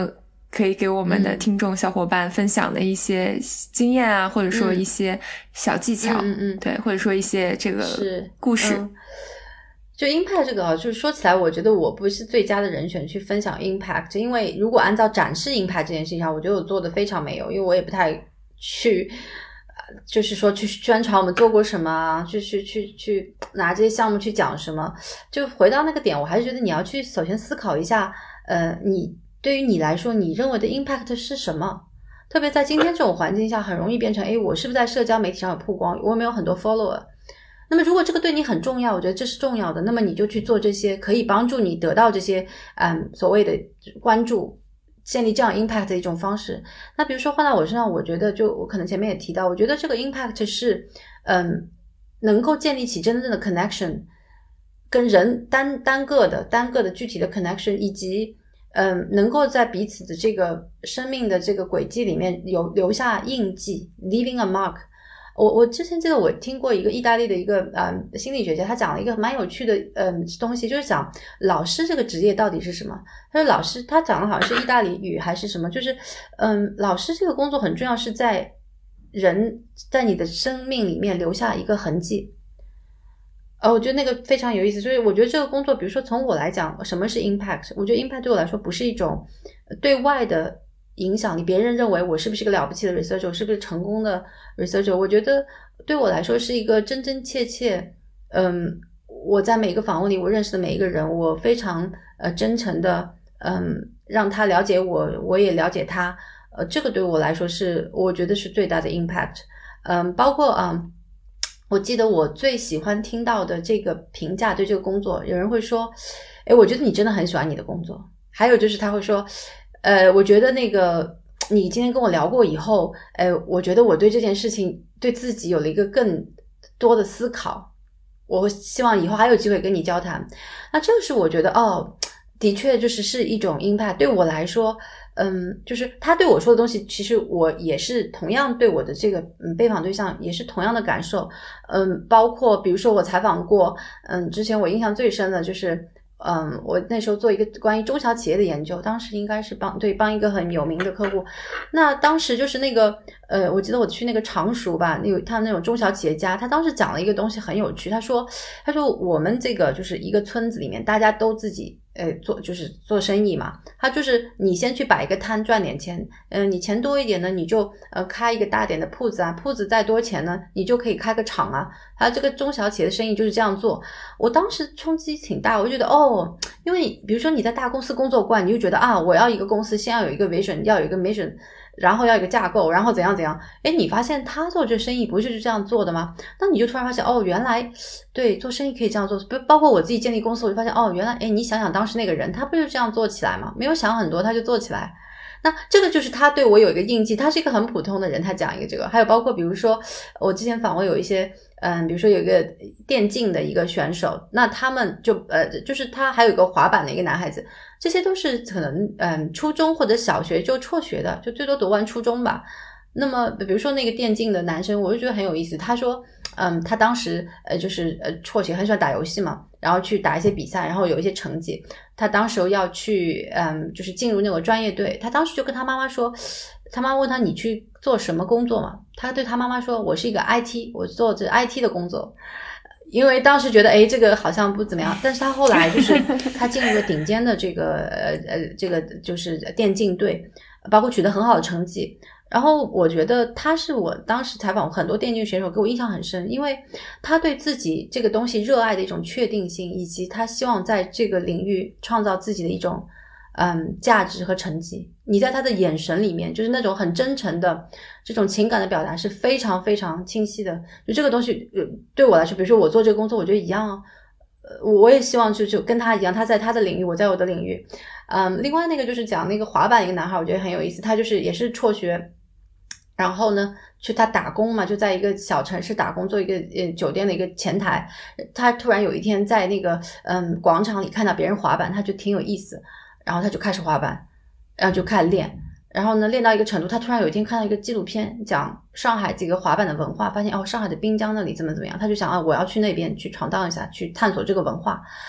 可以给我们的听众小伙伴分享的一些经验啊，或者说一些小技巧， 嗯嗯， 对，或者说一些这个故事。 嗯，就 impact 这个啊，就是说起来，我觉得我不是最佳的人选去分享 impact， 因为如果按照展示 impact 这件事情上，我觉得我做的非常没有，因为我也不太去，就是说去宣传我们做过什么，就是去去拿这些项目去讲什么。就回到那个点，我还是觉得你要去首先思考一下，呃，你对于你来说，你认为的 impact 是什么？特别在今天这种环境下，很容易变成，诶，我是不是在社交媒体上有曝光？我有没有很多 follower？那么如果这个对你很重要，我觉得这是重要的，那么你就去做这些可以帮助你得到这些嗯所谓的关注，建立这样 impact 的一种方式。那比如说换到我身上，我觉得就我可能前面也提到，我觉得这个 impact 是嗯能够建立起真正的 connection， 跟人单单个的单个的具体的 connection， 以及嗯能够在彼此的这个生命的这个轨迹里面有留下印记 leaving a mark。我我之前记得我听过一个意大利的一个嗯心理学家，他讲了一个蛮有趣的嗯东西，就是讲老师这个职业到底是什么。他说老师，他讲的好像是意大利语还是什么，就是嗯老师这个工作很重要，是在人在你的生命里面留下一个痕迹。呃，我觉得那个非常有意思。所以我觉得这个工作，比如说从我来讲，什么是 impact？ 我觉得 impact 对我来说不是一种对外的影响力，别人认为我是不是一个了不起的 researcher， 我是不是成功的 researcher。 我觉得对我来说是一个真真切切嗯，我在每个访问里我认识的每一个人，我非常呃真诚的嗯让他了解我，我也了解他。呃，这个对我来说是我觉得是最大的 impact。嗯，包括嗯我记得我最喜欢听到的这个评价对这个工作，有人会说诶，我觉得你真的很喜欢你的工作。还有就是他会说呃，我觉得那个你今天跟我聊过以后，呃，我觉得我对这件事情对自己有了一个更多的思考，我希望以后还有机会跟你交谈。那这个是我觉得哦，的确就是是一种 impact。对我来说嗯，就是他对我说的东西，其实我也是同样对我的这个嗯被访对象也是同样的感受。嗯，包括比如说我采访过嗯之前我印象最深的就是嗯，我那时候做一个关于中小企业的研究，当时应该是帮对帮一个很有名的客户。那当时就是那个呃，我记得我去那个常熟吧，那个他那种中小企业家，他当时讲了一个东西很有趣。他说他说我们这个就是一个村子里面大家都自己呃做就是做生意嘛，他就是你先去摆一个摊赚点钱，嗯、呃，你钱多一点呢，你就呃开一个大点的铺子啊，铺子再多钱呢，你就可以开个厂啊。他这个中小企业的生意就是这样做。我当时冲击挺大，我就觉得哦，因为比如说你在大公司工作惯，你就觉得啊，我要一个公司先要有一个 vision， 要有一个 mission， 然后要有一个架构，然后怎样怎样。诶，你发现他做这生意不是就这样做的吗？那你就突然发现哦，原来对做生意可以这样做。包括我自己建立公司，我就发现哦，原来诶，你想想当时那个人他不就这样做起来吗？没有想很多他就做起来。那这个就是他对我有一个印记，他是一个很普通的人，他讲一个这个。还有包括比如说我之前访问有一些嗯，比如说有一个电竞的一个选手，那他们就呃就是他还有一个滑板的一个男孩子，这些都是可能嗯初中或者小学就辍学的，就最多读完初中吧。那么比如说那个电竞的男生，我就觉得很有意思。他说嗯他当时呃就是呃辍学，很喜欢打游戏嘛，然后去打一些比赛，然后有一些成绩。他当时要去嗯就是进入那个专业队，他当时就跟他妈妈说，他妈问他你去做什么工作嘛？他对他妈妈说我是一个 I T， 我做这 I T 的工作。因为当时觉得诶这个好像不怎么样，但是他后来就是他进入了顶尖的这个呃呃这个就是电竞队，包括取得很好的成绩。然后我觉得他是我当时采访很多电竞选手给我印象很深，因为他对自己这个东西热爱的一种确定性，以及他希望在这个领域创造自己的一种嗯价值和成绩。你在他的眼神里面，就是那种很真诚的这种情感的表达是非常非常清晰的。就这个东西对我来说，比如说我做这个工作我觉得一样啊，我也希望就就跟他一样，他在他的领域，我在我的领域。嗯，另外那个就是讲那个滑板一个男孩，我觉得很有意思。他就是也是辍学，然后呢去他打工嘛，就在一个小城市打工，做一个呃酒店的一个前台。他突然有一天在那个嗯广场里看到别人滑板，他就挺有意思，然后他就开始滑板，然后就开始练。然后呢练到一个程度，他突然有一天看到一个纪录片讲上海这个滑板的文化，发现哦上海的滨江那里怎么怎么样，他就想啊我要去那边去闯荡一下，去探索这个文化。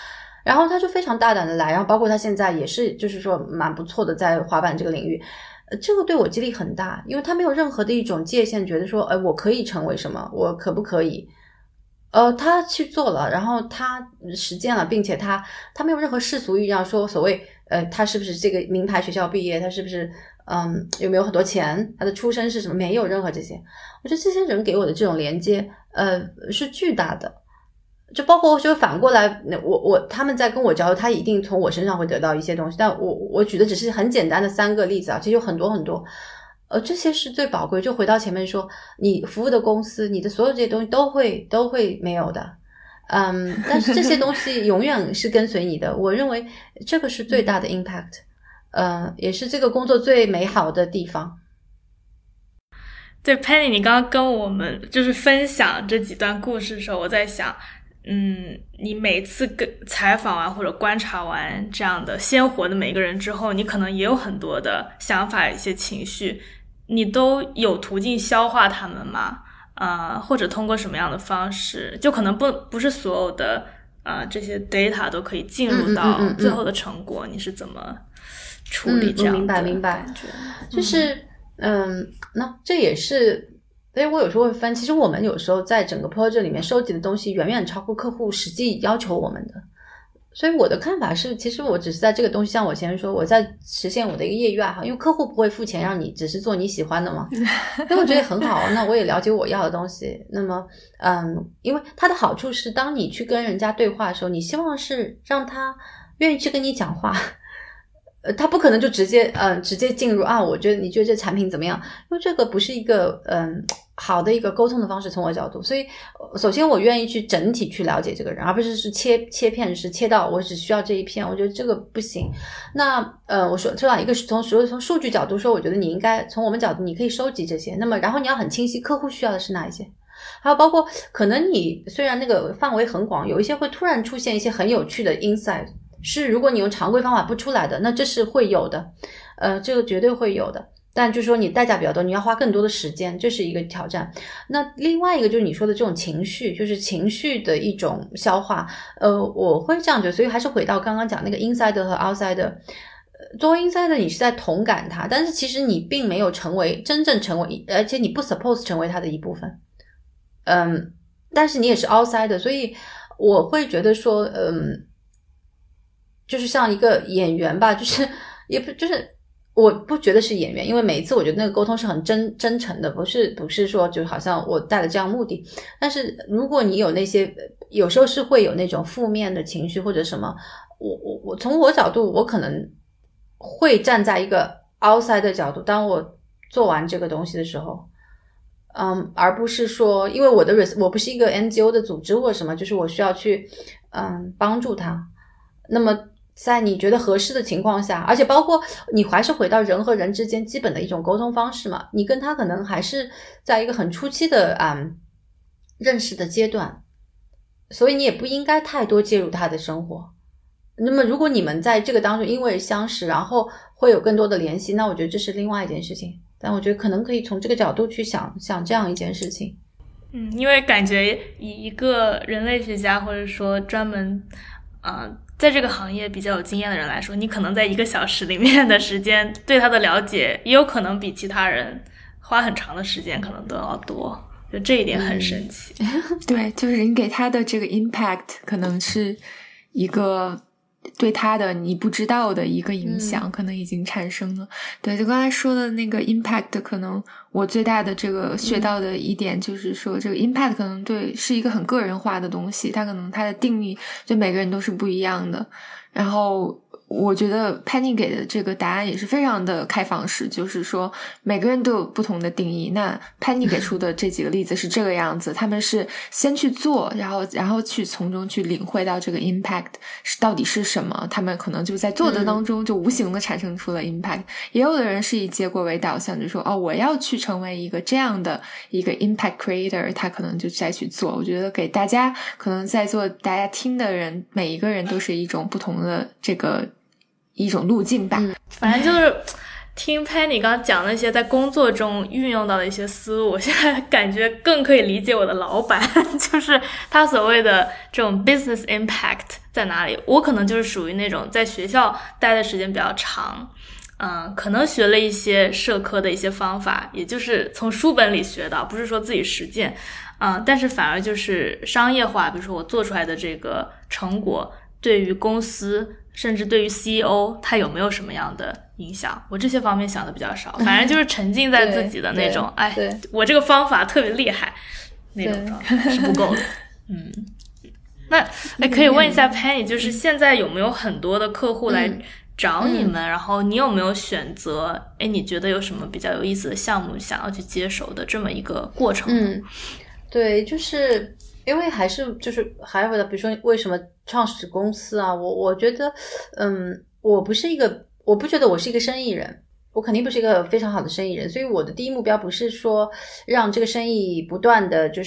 然后他就非常大胆的来，然后包括他现在也是就是说蛮不错的在滑板这个领域，呃，这个对我激励很大，因为他没有任何的一种界限，觉得说，哎，我可以成为什么，我可不可以？呃，他去做了，然后他实践了，并且他他没有任何世俗意义上说所谓，呃，他是不是这个名牌学校毕业，他是不是嗯有没有很多钱，他的出身是什么，没有任何这些。我觉得这些人给我的这种连接，呃，是巨大的。就包括就反过来，我我他们在跟我交流，他一定从我身上会得到一些东西，但我我举的只是很简单的三个例子啊，其实有很多很多。呃，这些是最宝贵。就回到前面说，你服务的公司，你的所有这些东西都会都会没有的，嗯，但是这些东西永远是跟随你的。我认为这个是最大的 impact， 呃，也是这个工作最美好的地方。 对 Penny， 你刚刚跟我们就是分享这几段故事的时候，我在想，嗯，你每次跟采访完或者观察完这样的鲜活的每个人之后，你可能也有很多的想法，一些情绪。你都有途径消化它们吗？呃，或者通过什么样的方式？就可能不不是所有的呃这些 data 都可以进入到最后的成果，嗯嗯嗯嗯，你是怎么处理这样的？ 嗯，明白明白，就是嗯，那这也是，所以我有时候会分，其实我们有时候在整个 project 里面收集的东西远远超过客户实际要求我们的。所以我的看法是，其实我只是在这个东西，像我前面说，我在实现我的一个业余爱好，因为客户不会付钱让你只是做你喜欢的嘛，所以我觉得很好，那我也了解我要的东西。那么嗯，因为它的好处是，当你去跟人家对话的时候，你希望是让他愿意去跟你讲话，呃，他不可能就直接嗯、呃、直接进入啊，我觉得你觉得这产品怎么样，因为这个不是一个嗯好的一个沟通的方式，从我的角度。所以首先我愿意去整体去了解这个人，而不是是切切片，是切到我只需要这一片，我觉得这个不行。那呃我说说到一个从所有从数据角度说，我觉得你应该从我们角度你可以收集这些，那么然后你要很清晰客户需要的是哪一些，还有包括可能你虽然那个范围很广，有一些会突然出现一些很有趣的 insight， 是如果你用常规方法不出来的，那这是会有的，呃这个绝对会有的，但就是说你代价比较多，你要花更多的时间，这是一个挑战。那另外一个就是你说的这种情绪，就是情绪的一种消化，呃我会这样觉得。所以还是回到刚刚讲那个 insider 和 outsider， 作为 insider 你是在同感它，但是其实你并没有成为真正成为，而且你不 suppose 成为它的一部分，嗯，但是你也是 outsider， 所以我会觉得说嗯，就是像一个演员吧，就是也不就是我不觉得是演员，因为每一次我觉得那个沟通是很真真诚的，不是不是说就好像我带了这样目的。但是如果你有那些有时候是会有那种负面的情绪或者什么，我我我从我角度我可能会站在一个 outside 的角度，当我做完这个东西的时候，嗯，而不是说因为我的我不是一个 N G O 的组织或什么，就是我需要去嗯帮助他。那么在你觉得合适的情况下，而且包括你还是回到人和人之间基本的一种沟通方式嘛，你跟他可能还是在一个很初期的嗯认识的阶段，所以你也不应该太多介入他的生活。那么如果你们在这个当中因为相识然后会有更多的联系，那我觉得这是另外一件事情，但我觉得可能可以从这个角度去想想这样一件事情。 嗯，因为感觉以一个人类学家或者说专门呃在这个行业比较有经验的人来说，你可能在一个小时里面的时间对他的了解也有可能比其他人花很长的时间可能都要多，就这一点很神奇。 嗯、对，就是你给他的这个 impact 可能是一个对他的你不知道的一个影响、嗯、可能已经产生了。对，就刚才说的那个 impact， 可能我最大的这个学到的一点就是说、嗯、这个 impact 可能对是一个很个人化的东西，它可能它的定义就每个人都是不一样的。然后我觉得 Penny 给的这个答案也是非常的开放式，就是说每个人都有不同的定义。那 Penny 给出的这几个例子是这个样子，他们是先去做，然后然后去从中去领会到这个 impact 是到底是什么，他们可能就在做的当中就无形的产生出了 impact、嗯、也有的人是以结果为导向，就说哦，我要去成为一个这样的一个 impact creator， 他可能就再去做。我觉得给大家可能在座大家听的人每一个人都是一种不同的这个一种路径吧、嗯、 反正就是听 Penny 刚刚讲那些在工作中运用到的一些思路，我现在感觉更可以理解我的老板就是他所谓的这种 business impact 在哪里。我可能就是属于那种在学校待的时间比较长，嗯，可能学了一些社科的一些方法，也就是从书本里学的，不是说自己实践，嗯，但是反而就是商业化，比如说我做出来的这个成果对于公司甚至对于 C E O 他有没有什么样的影响，我这些方面想的比较少，反正就是沉浸在自己的那种哎，我这个方法特别厉害那种状态是不够的。嗯，那哎，可以问一下 Penny， 就是现在有没有很多的客户来找你们、嗯、然后你有没有选择哎，你觉得有什么比较有意思的项目想要去接手的这么一个过程？ 嗯，对，就是因为还是就是还回到比如说为什么创始公司啊，我我觉得嗯，我不是一个我不觉得我是一个生意人，我肯定不是一个非常好的生意人，所以我的第一目标不是说让这个生意不断的就是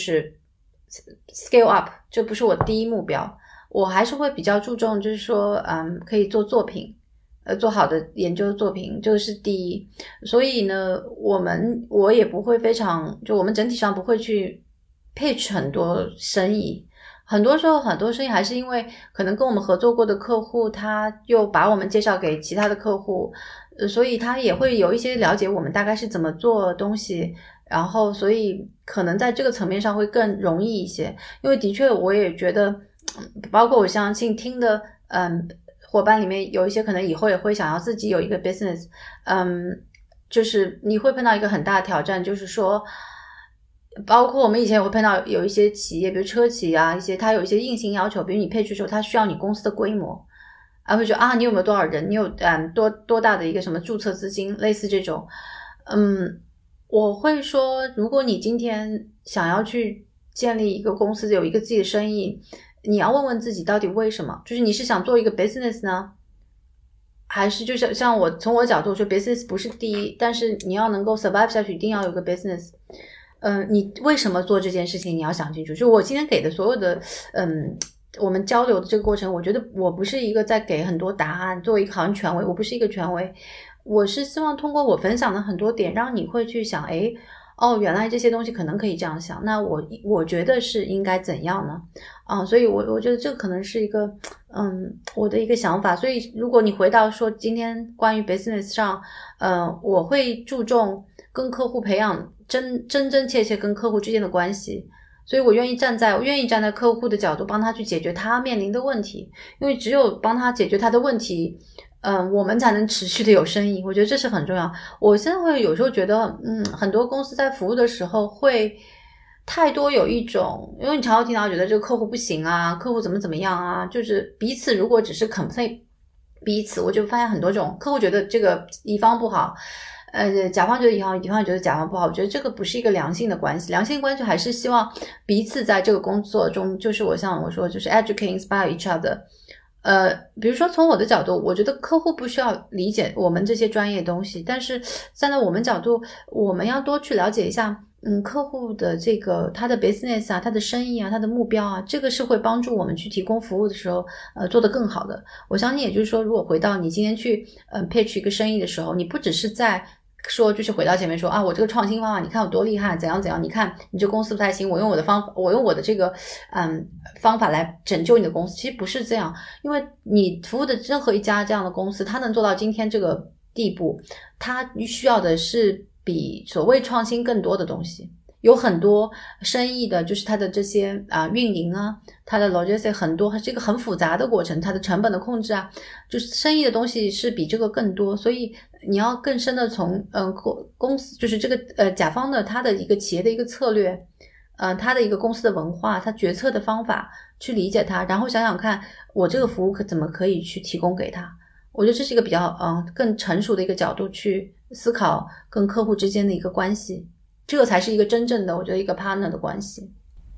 scale up， 这不是我第一目标，我还是会比较注重就是说嗯，可以做作品呃，做好的研究作品，这个是第一。所以呢，我们我也不会非常，就我们整体上不会去 pitch 很多生意。很多时候，很多生意还是因为可能跟我们合作过的客户，他又把我们介绍给其他的客户，呃，所以他也会有一些了解我们大概是怎么做东西，然后所以可能在这个层面上会更容易一些。因为的确，我也觉得，包括我相信听的，嗯。伙伴里面有一些可能以后也会想要自己有一个 business， 嗯，就是你会碰到一个很大的挑战，就是说包括我们以前也会碰到有一些企业比如车企啊，一些它有一些硬性要求，比如你配置的时候它需要你公司的规模，啊会说啊你有没有多少人，你有嗯多多大的一个什么注册资金，类似这种。嗯，我会说如果你今天想要去建立一个公司，有一个自己的生意，你要问问自己到底为什么，就是你是想做一个 business 呢，还是就像像我从我的角度说 business 不是第一，但是你要能够 survive 下去一定要有个 business。 嗯、呃，你为什么做这件事情你要想清楚，就我今天给的所有的嗯，我们交流的这个过程，我觉得我不是一个在给很多答案，作为一个好像权威，我不是一个权威，我是希望通过我分享的很多点让你会去想，诶哦，原来这些东西可能可以这样想，那我我觉得是应该怎样呢？啊，所以我我觉得这个可能是一个嗯我的一个想法。所以如果你回到说今天关于 business 上，呃，我会注重跟客户培养真真真切切跟客户之间的关系，所以我愿意站在我愿意站在客户的角度帮他去解决他面临的问题，因为只有帮他解决他的问题，嗯，我们才能持续的有生意，我觉得这是很重要。我现在会有时候觉得嗯，很多公司在服务的时候会太多有一种，因为你常常听到觉得这个客户不行啊，客户怎么怎么样啊，就是彼此如果只是 complain 彼此，我就发现很多种客户觉得这个乙方不好，呃，甲方觉得乙方，乙方觉得甲方不好，我觉得这个不是一个良性的关系。良性关系还是希望彼此在这个工作中，就是我像我说就是 educate inspire each other。呃，比如说从我的角度，我觉得客户不需要理解我们这些专业东西，但是站在我们角度，我们要多去了解一下嗯，客户的这个他的 business 啊，他的生意啊，他的目标啊，这个是会帮助我们去提供服务的时候呃做得更好的。我相信也就是说，如果回到你今天去呃 pitch 一个生意的时候，你不只是在说就是回到前面说啊，我这个创新方法你看有多厉害，怎样怎样，你看你这公司不太行，我用我的方法，我用我的这个嗯方法来拯救你的公司，其实不是这样。因为你服务的任何一家这样的公司，它能做到今天这个地步，它需要的是比所谓创新更多的东西。有很多生意的就是它的这些啊运营啊，它的 logistics 很多，这个很复杂的过程，它的成本的控制啊，就是生意的东西是比这个更多，所以你要更深的从嗯、呃、公司就是这个呃甲方的他的一个企业的一个策略，呃他的一个公司的文化，他决策的方法去理解它，然后想想看我这个服务可怎么可以去提供给他。我觉得这是一个比较嗯、呃、更成熟的一个角度去思考跟客户之间的一个关系。这个才是一个真正的我觉得一个 partner 的关系。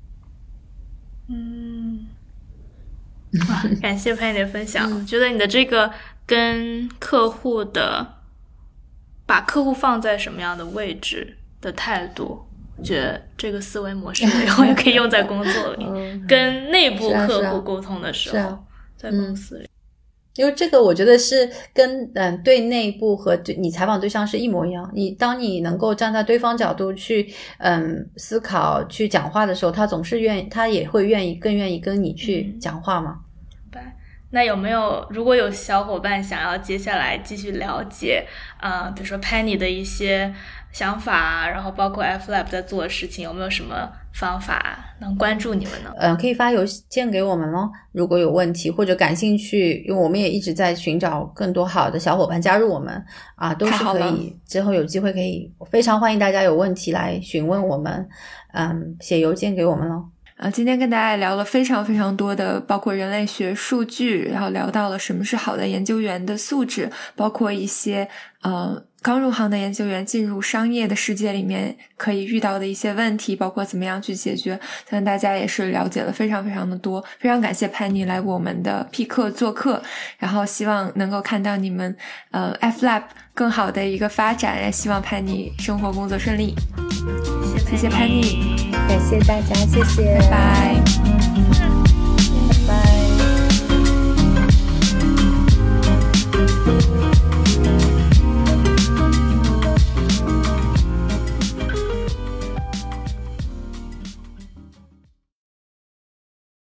嗯，哇，感谢潘姐的分享。我觉得你的这个跟客户的把客户放在什么样的位置的态度，我觉得这个思维模式以后也可以用在工作里、嗯、跟内部客户沟通的时候、啊啊、在公司里、嗯， 因为这个我觉得是跟嗯对内部和对你采访对象是一模一样。你当你能够站在对方角度去嗯思考去讲话的时候，他总是愿意，他也会愿意更愿意跟你去讲话嘛。 明白。 那有没有如果有小伙伴想要接下来继续了解啊、呃，比如说 Penny 的一些想法，然后包括 F Lab 在做的事情，有没有什么方法能关注你们呢？ 嗯、呃，可以发邮件给我们咯，如果有问题或者感兴趣，因为我们也一直在寻找更多好的小伙伴加入我们啊，都是可以，之后有机会可以，非常欢迎大家有问题来询问我们，嗯，写邮件给我们咯。 呃，今天跟大家聊了非常非常多的，包括人类学数据，然后聊到了什么是好的研究员的素质，包括一些呃刚入行的研究员进入商业的世界里面可以遇到的一些问题，包括怎么样去解决。相信大家也是了解了非常非常的多，非常感谢Penny来我们的 P 课做客，然后希望能够看到你们呃 F Lab 更好的一个发展，也希望Penny生活工作顺利。谢谢Penny， 感谢大家，谢谢， 拜拜。